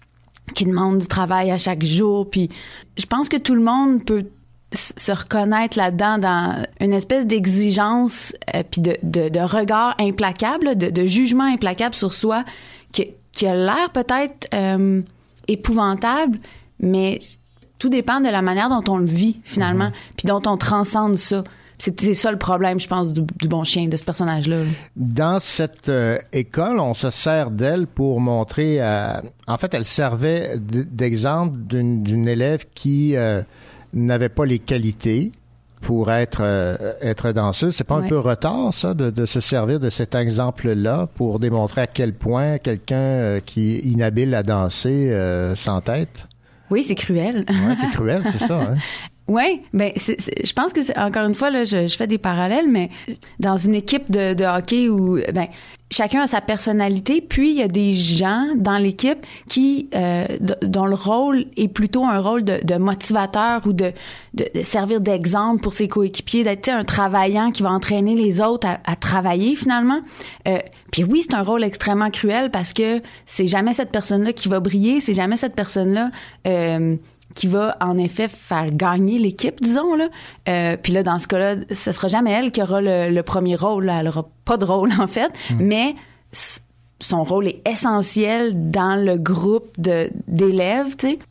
qui demande du travail à chaque jour. Puis je pense que tout le monde peut se reconnaître là-dedans dans une espèce d'exigence euh, puis de, de, de regard implacable, de, de jugement implacable sur soi qui, qui a l'air peut-être euh, épouvantable, mais tout dépend de la manière dont on le vit finalement, mm-hmm. puis dont on transcende ça. C'est, c'est ça le problème, je pense, du, du Bon chien, de ce personnage-là. Dans cette euh, école, on se sert d'elle pour montrer... Euh, en fait, elle servait d'exemple d'une, d'une élève qui... Euh, n'avait pas les qualités pour être euh, être danseuse. C'est pas ouais. un peu retard, ça, de, de se servir de cet exemple-là pour démontrer à quel point quelqu'un euh, qui est inhabile à danser euh, s'entête? Oui, c'est cruel. Oui, c'est cruel, c'est ça. Hein? Oui, ben c'est, c'est, je pense que c'est, encore une fois là, je, je fais des parallèles, mais dans une équipe de, de hockey où ben chacun a sa personnalité, puis il y a des gens dans l'équipe qui euh, d- dont le rôle est plutôt un rôle de, de motivateur ou de, de, de servir d'exemple pour ses coéquipiers, d'être un travaillant qui va entraîner les autres à, à travailler finalement. Euh, puis oui, c'est un rôle extrêmement cruel parce que c'est jamais cette personne-là qui va briller, c'est jamais cette personne-là euh, qui va en effet faire gagner l'équipe, disons là. Euh, puis là, dans ce cas-là, ce sera jamais elle qui aura le, le premier rôle. Là. Elle aura pas de rôle en fait, mmh. mais son rôle est essentiel dans le groupe de d'élèves, tu sais.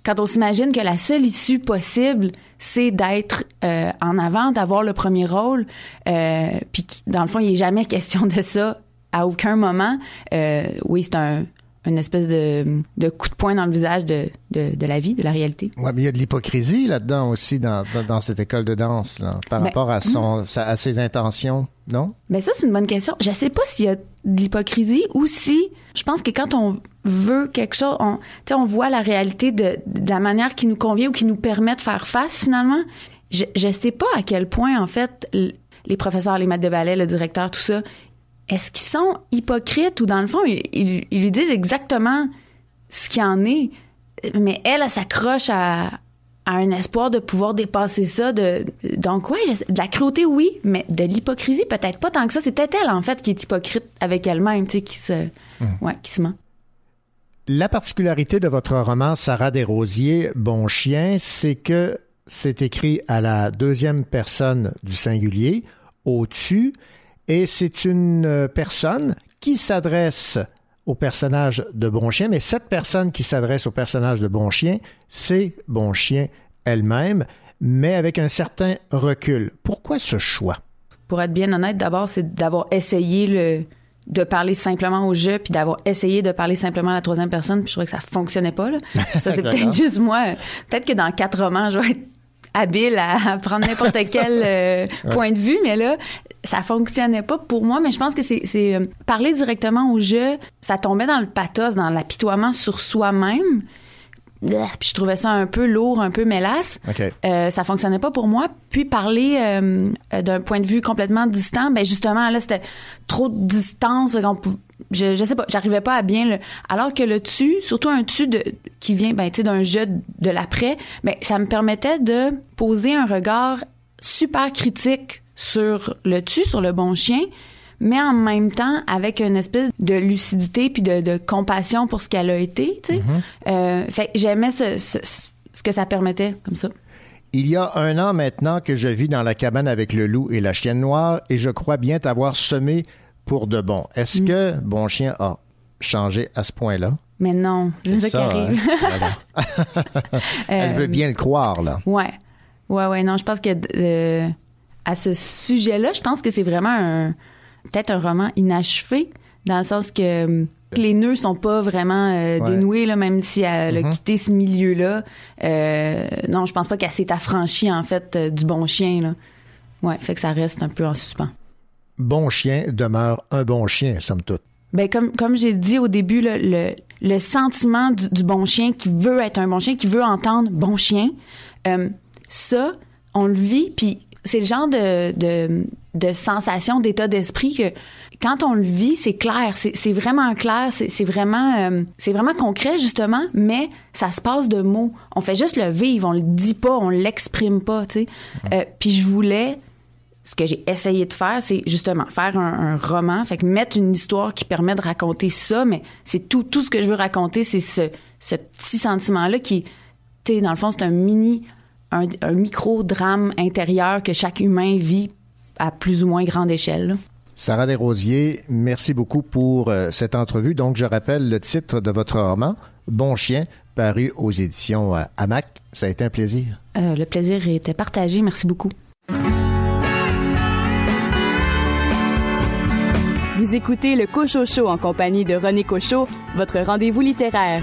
quand on s'imagine que la seule issue possible, c'est d'être euh, en avant, d'avoir le premier rôle, euh, puis dans le fond, il n'est jamais question de ça à aucun moment. Euh, oui, c'est un une espèce de, de coup de poing dans le visage de, de, de la vie, de la réalité. Oui, mais il y a de l'hypocrisie là-dedans aussi dans, dans, dans cette école de danse, là, par ben, rapport à, son, mm. à ses intentions, non? Ben ça, c'est une bonne question. Je sais pas s'il y a de l'hypocrisie ou si, je pense que quand on veut quelque chose, on, on voit la réalité de, de la manière qui nous convient ou qui nous permet de faire face, finalement. Je, je sais pas à quel point, en fait, les professeurs, les maîtres de ballet, le directeur, tout ça, est-ce qu'ils sont hypocrites ou dans le fond, ils, ils, ils lui disent exactement ce qu'il en est, mais elle, elle s'accroche à, à un espoir de pouvoir dépasser ça. De, donc oui, de la cruauté, oui, mais de l'hypocrisie, peut-être pas tant que ça. C'est peut-être elle, en fait, qui est hypocrite avec elle-même, tu sais, qui se, mmh. ouais, qui se ment. La particularité de votre roman Sarah Desrosiers, Bon chien, c'est que c'est écrit à la deuxième personne du singulier, au-dessus, et c'est une personne qui s'adresse au personnage de Bon chien, mais cette personne qui s'adresse au personnage de Bon chien, c'est Bon chien elle-même, mais avec un certain recul. Pourquoi ce choix? Pour être bien honnête, d'abord, c'est d'avoir essayé le, de parler simplement au jeu, puis d'avoir essayé de parler simplement à la troisième personne, puis je trouvais que ça fonctionnait pas, là. Ça, c'est peut-être juste moi. Peut-être que dans quatre romans, je vais être habile à prendre n'importe quel euh, ouais. point de vue, mais là, ça fonctionnait pas pour moi, mais je pense que c'est, c'est euh, parler directement au jeu, ça tombait dans le pathos, dans l'apitoiement sur soi-même. Puis je trouvais ça un peu lourd, un peu mélasse. Okay. Euh, ça fonctionnait pas pour moi. Puis parler euh, d'un point de vue complètement distant, ben justement, là, c'était trop de distance. Je, je sais pas, j'arrivais pas à bien le... Alors que le tu, surtout un tu de, qui vient, ben, tu sais, d'un jeu de, de l'après, ben, ça me permettait de poser un regard super critique sur le tu, sur le bon chien, mais en même temps avec une espèce de lucidité puis de, de compassion pour ce qu'elle a été, tu sais. Mm-hmm. Euh, fait j'aimais ce, ce, ce que ça permettait, comme ça. Il y a un an maintenant que je vis dans la cabane avec le loup et la chienne noire et je crois bien t'avoir semé pour de bon. Est-ce mm. que Bon chien a changé à ce point-là? Mais non, c'est ça qui arrive. Hein? Elle veut bien le croire, là. Ouais. Ouais, ouais, non, je pense que euh, à ce sujet-là, je pense que c'est vraiment un... peut-être un roman inachevé, dans le sens que les nœuds sont pas vraiment euh, ouais. dénoués, là, même si elle mm-hmm. a quitté ce milieu-là. Euh, non, je pense pas qu'elle s'est affranchie, en fait, euh, du bon chien, là. Ouais, fait que ça reste un peu en suspens. Bon chien demeure un bon chien, somme toute. Ben, comme, comme j'ai dit au début, là, le, le sentiment du, du bon chien qui veut être un bon chien, qui veut entendre bon chien, euh, ça, on le vit, puis c'est le genre de, de, de sensation, d'état d'esprit que quand on le vit, c'est clair, c'est, c'est vraiment clair, c'est, c'est vraiment euh, c'est vraiment concret, justement, mais ça se passe de mots. On fait juste le vivre, on le dit pas, on l'exprime pas, tu sais. Euh, puis je voulais, ce que j'ai essayé de faire, c'est justement faire un, un roman, fait que mettre une histoire qui permet de raconter ça, mais c'est tout, tout ce que je veux raconter, c'est ce, ce petit sentiment-là qui, tu sais, dans le fond, c'est un mini... Un, un micro-drame intérieur que chaque humain vit à plus ou moins grande échelle. Là. Sarah Desrosiers, merci beaucoup pour euh, cette entrevue. Donc, je rappelle le titre de votre roman, Bon chien, paru aux éditions euh, Hamac. Ça a été un plaisir. Euh, le plaisir était partagé. Merci beaucoup. Vous écoutez le Cochot Show en compagnie de René Cochot, votre rendez-vous littéraire.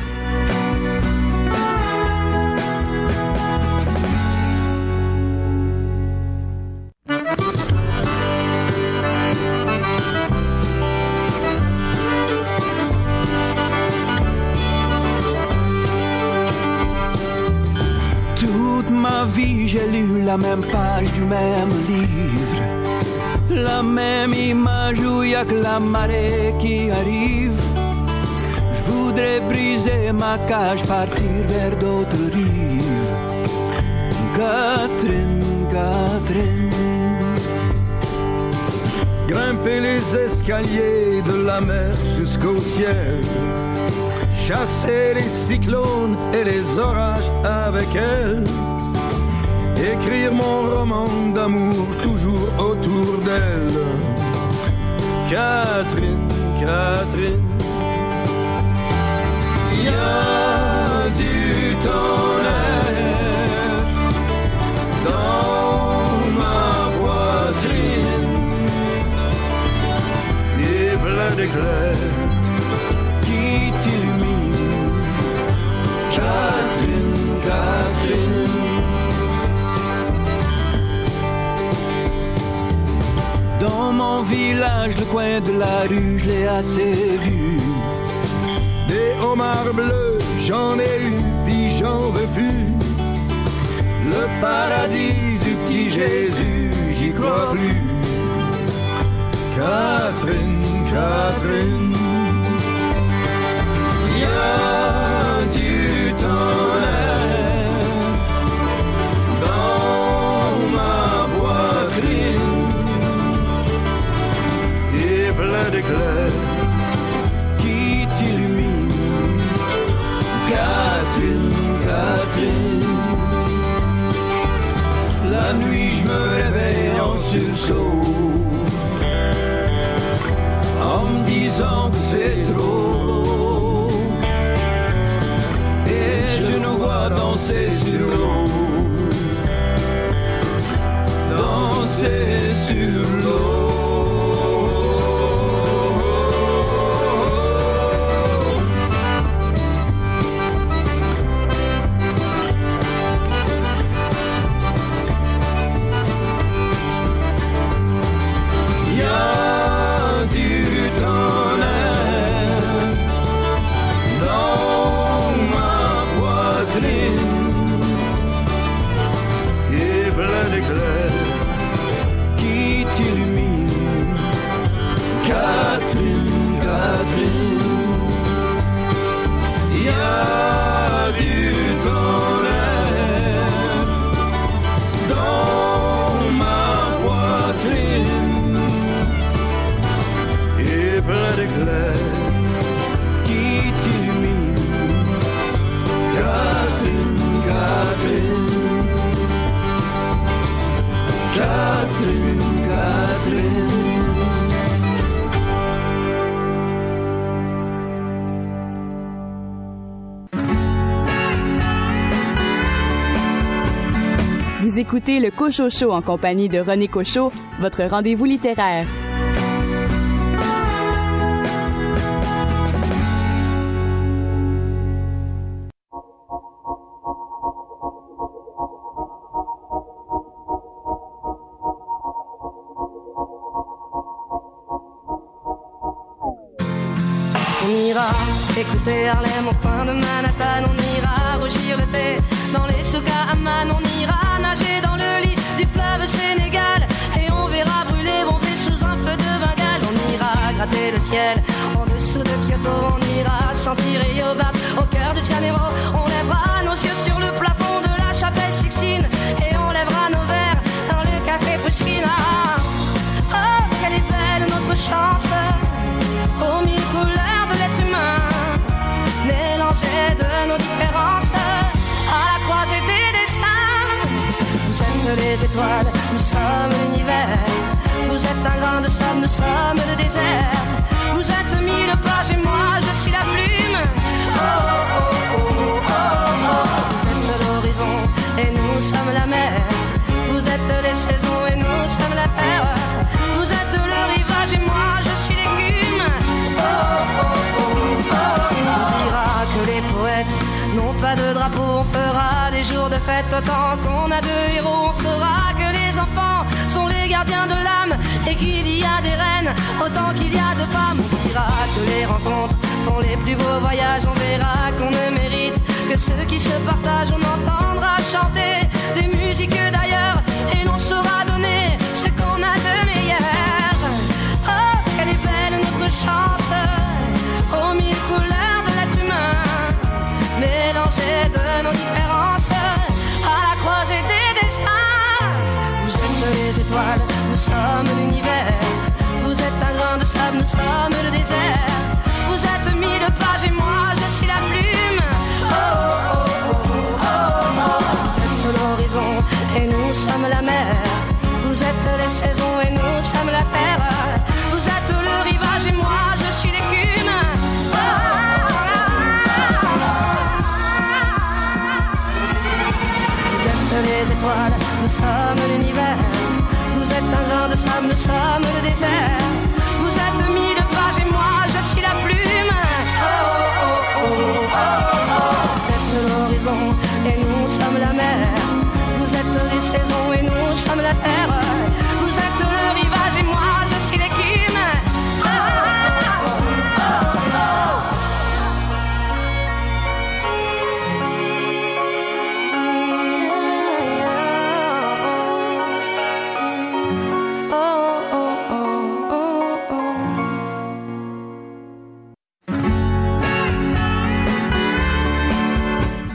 J'ai lu la même page du même livre, la même image où il y a que la marée qui arrive. Je voudrais briser ma cage, partir vers d'autres rives. Catherine, Catherine. Grimper les escaliers de la mer jusqu'au ciel, chasser les cyclones et les orages avec elle. Écrire mon roman d'amour toujours autour d'elle. Catherine, Catherine. Il y a du temps plein d'éclairs qui t'illuminent. Catherine, Catherine. Dans mon village, le coin de la rue, je l'ai assez vu. Des homards bleus, j'en ai eu, puis j'en veux plus. Le paradis du petit Jésus, j'y crois plus. Catherine, Catherine, viens-tu t'en aller dans ma poitrine et plein d'éclairs qui t'illuminent. Catherine, Catherine, la nuit je me réveille en sursaut en me disant que c'est trop, et je nous vois danser sur l'eau, danser sur l'eau. Vous écoutez le Cochot Show en compagnie de René Cochot, votre rendez-vous littéraire. On ira écouter Harlem au coin de Manhattan, on ira rougir le thé dans les souks à Amman, on ira nager dans le lit du fleuve Sénégal et on verra brûler bomber sous un feu de Bengale. On ira gratter le ciel en dessous de Kyoto, on ira sentir Rio Bat au cœur de Janeiro, on lèvera nos yeux sur le plafond de la chapelle Sixtine et on lèvera nos verres dans le café Pushkin. Oh, quelle est belle notre chance, aux mille couleurs de l'être humain, mélangées de nos différences, à la croisée des destins. Vous êtes les étoiles, nous sommes l'univers. Vous êtes un grain de sable, nous sommes le désert. Vous êtes mille pages et moi je suis la plume. Oh oh oh oh oh oh. Vous êtes l'horizon et nous sommes la mer. Vous êtes les saisons et nous sommes la terre. Vous êtes le rivage et moi je suis l'écume. Oh oh oh oh oh. On dira que les poètes n'ont pas de drapeau, on fera des jours de fête autant qu'on a de héros. On saura que les enfants sont les gardiens de l'âme et qu'il y a des reines autant qu'il y a de femmes. On dira que les rencontres font les plus beaux voyages, on verra qu'on ne mérite que ceux qui se partagent. On entendra chanter des musiques d'ailleurs et l'on saura donner ce qu'on a de meilleur. Oh, quelle est belle notre chance, aux mille couleurs de l'être humain, mélangées de nos différences, à la croisée des destins. Vous êtes les étoiles, nous sommes l'univers. Vous êtes un grain de sable, nous sommes le désert. Vous êtes mille pages et moi je suis la plume. Oh oh oh oh oh oh. Vous êtes l'horizon et nous sommes la mer. Vous êtes les saisons et nous sommes la terre. Vous êtes le rivage et moi je suis l'écume. Oh, oh, oh, oh. Vous êtes les étoiles, nous sommes l'univers. Vous êtes un grain de sable, nous sommes le désert. Vous êtes mille pages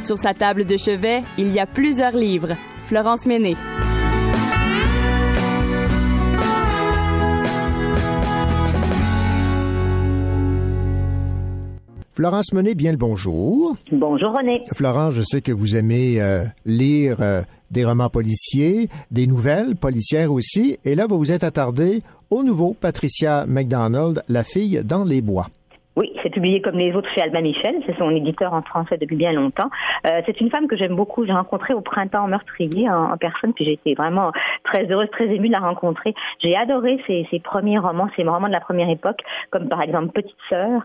Sur sa table de chevet, il y a plusieurs livres. Florence Menet. Florence Menet, bien le bonjour. Bonjour René. Florence, je sais que vous aimez euh, lire euh, des romans policiers, des nouvelles policières aussi, et là, vous vous êtes attardé au nouveau Patricia McDonald, La fille dans les bois. Oui, c'est publié comme les autres chez Albin Michel, c'est son éditeur en français depuis bien longtemps. Euh, c'est une femme que j'aime beaucoup, j'ai rencontrée au printemps meurtrier en, en personne, puis j'ai été vraiment très heureuse, très émue de la rencontrer. J'ai adoré ses, ses premiers romans, ses romans de la première époque, comme par exemple Petite Sœur,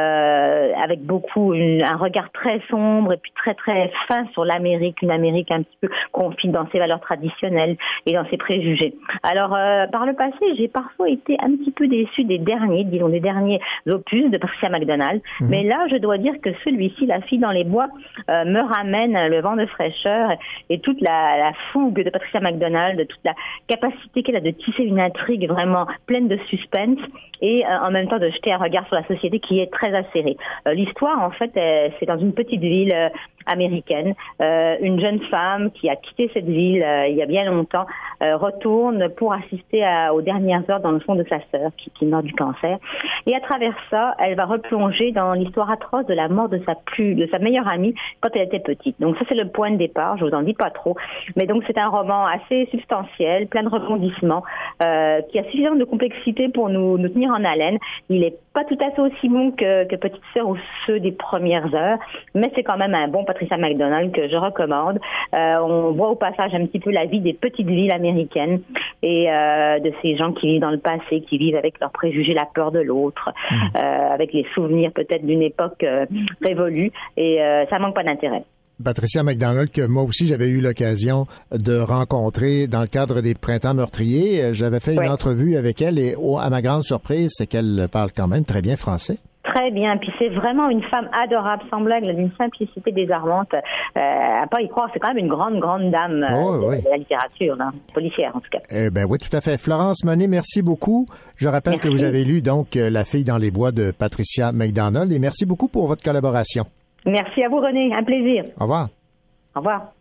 euh, avec beaucoup, une, un regard très sombre et puis très très fin sur l'Amérique, une Amérique un petit peu confite dans ses valeurs traditionnelles et dans ses préjugés. Alors, euh, par le passé, j'ai parfois été un petit peu déçue des derniers, disons des derniers opus de Patricia McDonald, mmh. mais là, je dois dire que celui-ci, La fille dans les bois, euh, me ramène le vent de fraîcheur et toute la, la fougue de Patricia McDonald, toute la capacité qu'elle a de tisser une intrigue vraiment pleine de suspense et euh, en même temps de jeter un regard sur la société qui est très acérée. Euh, l'histoire, en fait, euh, c'est dans une petite ville euh, américaine. Euh, une jeune femme qui a quitté cette ville euh, il y a bien longtemps euh, retourne pour assister à, aux dernières heures dans le fond de sa sœur qui, qui meurt du cancer. Et à travers ça, elle va replonger dans l'histoire atroce de la mort de sa plus, de sa meilleure amie quand elle était petite. Donc ça, c'est le point de départ. Je vous en dis pas trop. Mais donc, c'est un roman assez substantiel, plein de rebondissements, euh, qui a suffisamment de complexité pour nous, nous tenir en haleine. Il est pas tout à fait aussi bon que, que Petite Sœur ou ceux des premières heures, mais c'est quand même un bon Patricia McDonald que je recommande. Euh, on voit au passage un petit peu la vie des petites villes américaines et euh, de ces gens qui vivent dans le passé, qui vivent avec leurs préjugés, la peur de l'autre, mmh. euh, avec les souvenirs peut-être d'une époque euh, révolue, et euh, ça manque pas d'intérêt. Patricia McDonald, que moi aussi j'avais eu l'occasion de rencontrer dans le cadre des Printemps meurtriers. J'avais fait une ouais. entrevue avec elle et oh, à ma grande surprise, c'est qu'elle parle quand même très bien français. Très bien, puis c'est vraiment une femme adorable, sans blague, d'une simplicité désarmante. Euh, à pas y croire, c'est quand même une grande, grande dame oh, euh, de, oui. de la littérature, là, policière en tout cas. Eh ben oui, tout à fait. Florence Menet, merci beaucoup. Je rappelle merci. que vous avez lu donc La fille dans les bois de Patricia McDonald et merci beaucoup pour votre collaboration. Merci à vous, René. Un plaisir. Au revoir. Au revoir.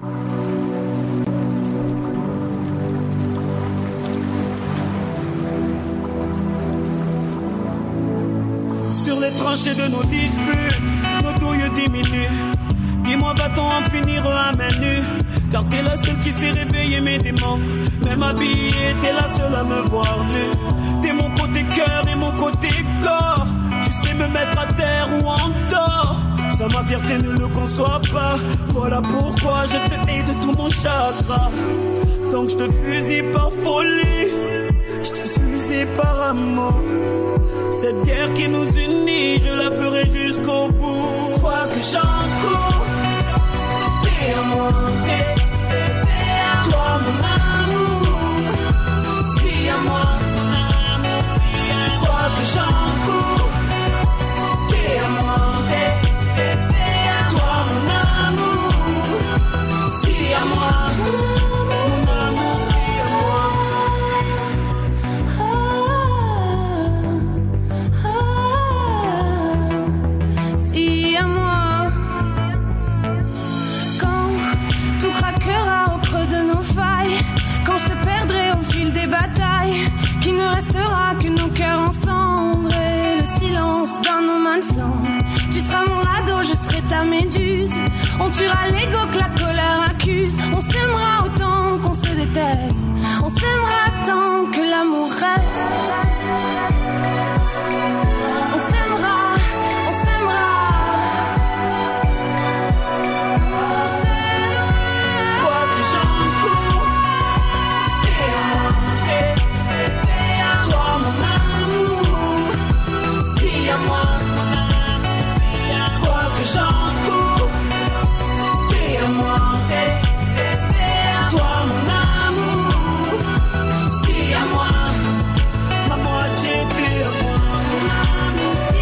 Sur les tranchées de nos disputes, nos douilles diminuent. Dis-moi, va-t-on en finir à main nue? Car t'es la seule qui s'est réveillée mes démons. Même habillée, t'es la seule à me voir nue. T'es mon côté cœur et mon côté corps. Tu sais me mettre à terre ou en tort. Ça, ma fierté ne le conçoit pas. Voilà pourquoi je te hais de tout mon chakra. Donc je te fusille par folie, je te fusille par amour. Cette guerre qui nous unit, je la ferai jusqu'au bout. Quoi que j'en cours, t'es à moi, t'es, t'es, t'es à toi mon amour. Si à moi, mon amour, si à moi. Quoi que j'en cours, t'es à moi, t'es. Si à moi, mon amour, si à moi. Si à moi. Quand tout craquera au creux de nos failles, quand je te perdrai au fil des batailles, qu'il ne restera que nos cœurs en cendres et le silence d'un no man's land. Tu seras mon radeau, je serai ta méduse. On tuera l'ego que la colère accuse. On s'aimera autant qu'on se déteste. On s'aimera tant que l'amour reste. On s'aimera, on s'aimera. On s'aimera. Quoi que j'en cours, t'es à moi, t'es, t'es, t'es à toi mon amour. Si à moi, mon amour, si à quoi que j'en cours. Moi, t'es, t'es, t'es à toi mon amour. Si à moi, ma moitié t'es à moi mon amour.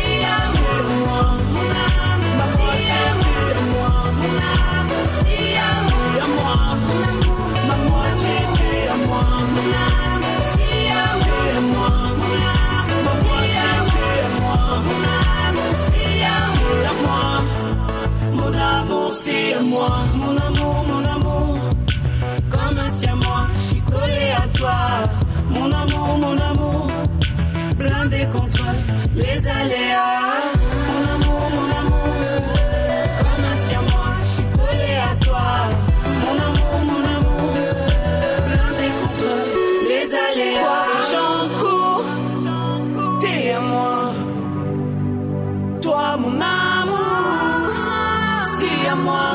à moi, mon amour, mon amour. Comme un siamois, je suis collé à toi. Mon amour, mon amour. Blindé contre les aléas. Mon amour, mon amour. Comme un siamois, je suis collé à toi. Mon amour, mon amour. Blindé contre les aléas. J'en cours, t'es à moi. Toi, mon amour, si à moi.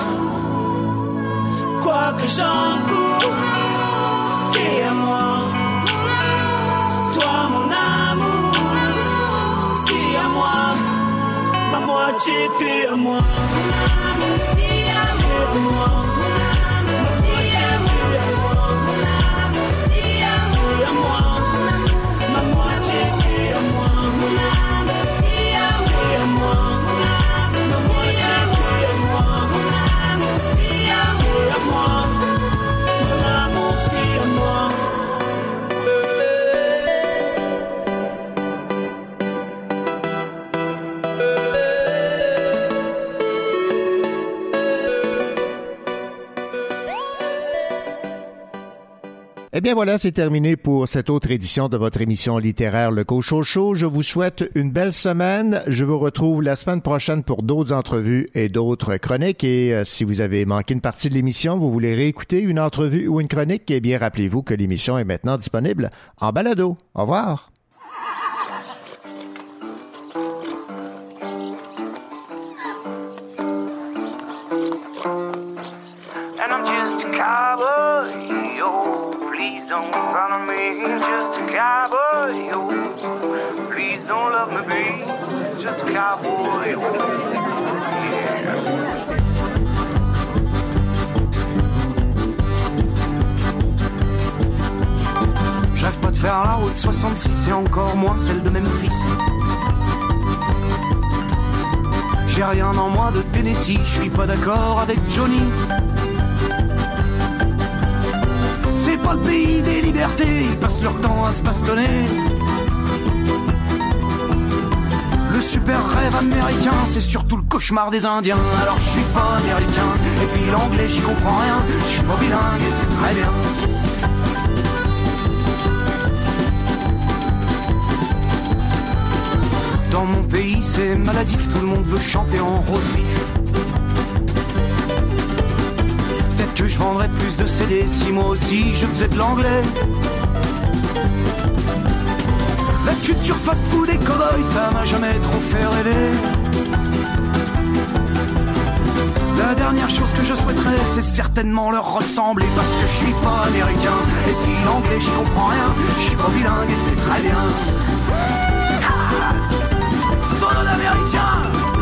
Quoi que j'en cours, t'es à moi. Toi, mon amour, si à moi. Ma moitié, t'es à moi. Mon amour, si à moi. Eh bien voilà, c'est terminé pour cette autre édition de votre émission littéraire Le Cochon Show. Je vous souhaite une belle semaine. Je vous retrouve la semaine prochaine pour d'autres entrevues et d'autres chroniques. Et euh, si vous avez manqué une partie de l'émission, vous voulez réécouter une entrevue ou une chronique, eh bien rappelez-vous que l'émission est maintenant disponible en balado. Au revoir. And I'm just a cowboy, yo. Please don't follow me, just a cowboy, yo. Please don't love me, babe, just a cowboy, yo. Yeah. Je rêve pas de faire la route soixante-six et encore moins celle de Memphis. J'ai rien en moi de Tennessee, je suis pas d'accord avec Johnny. C'est pas le pays des libertés, ils passent leur temps à se bastonner. Le super rêve américain, c'est surtout le cauchemar des Indiens. Alors je suis pas américain, et puis l'anglais j'y comprends rien. Je suis pas bilingue et c'est très bien. Dans mon pays c'est maladif, tout le monde veut chanter en rose vif. Que je vendrais plus de C D si moi aussi je faisais de l'anglais. La culture fast-food et cow-boy, ça m'a jamais trop fait rêver. La dernière chose que je souhaiterais, c'est certainement leur ressembler. Parce que je suis pas américain, et puis l'anglais j'y comprends rien. Je suis pas bilingue et c'est très bien. Solo d'américain.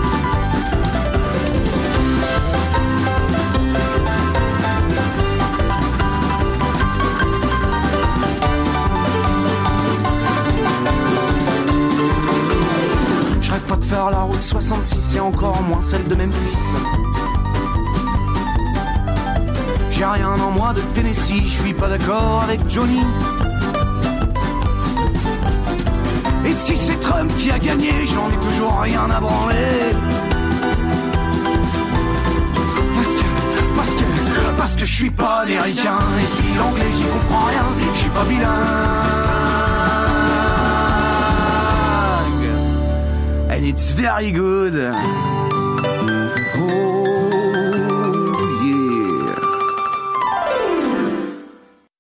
Pas de faire la route soixante-six et encore moins celle de Memphis. J'ai rien en moi de Tennessee, je suis pas d'accord avec Johnny. Et si c'est Trump qui a gagné, j'en ai toujours rien à branler. Parce que, parce que, parce que je suis pas américain. Et puis l'anglais j'y comprends rien, je suis pas bilingue. And it's very good. Oh.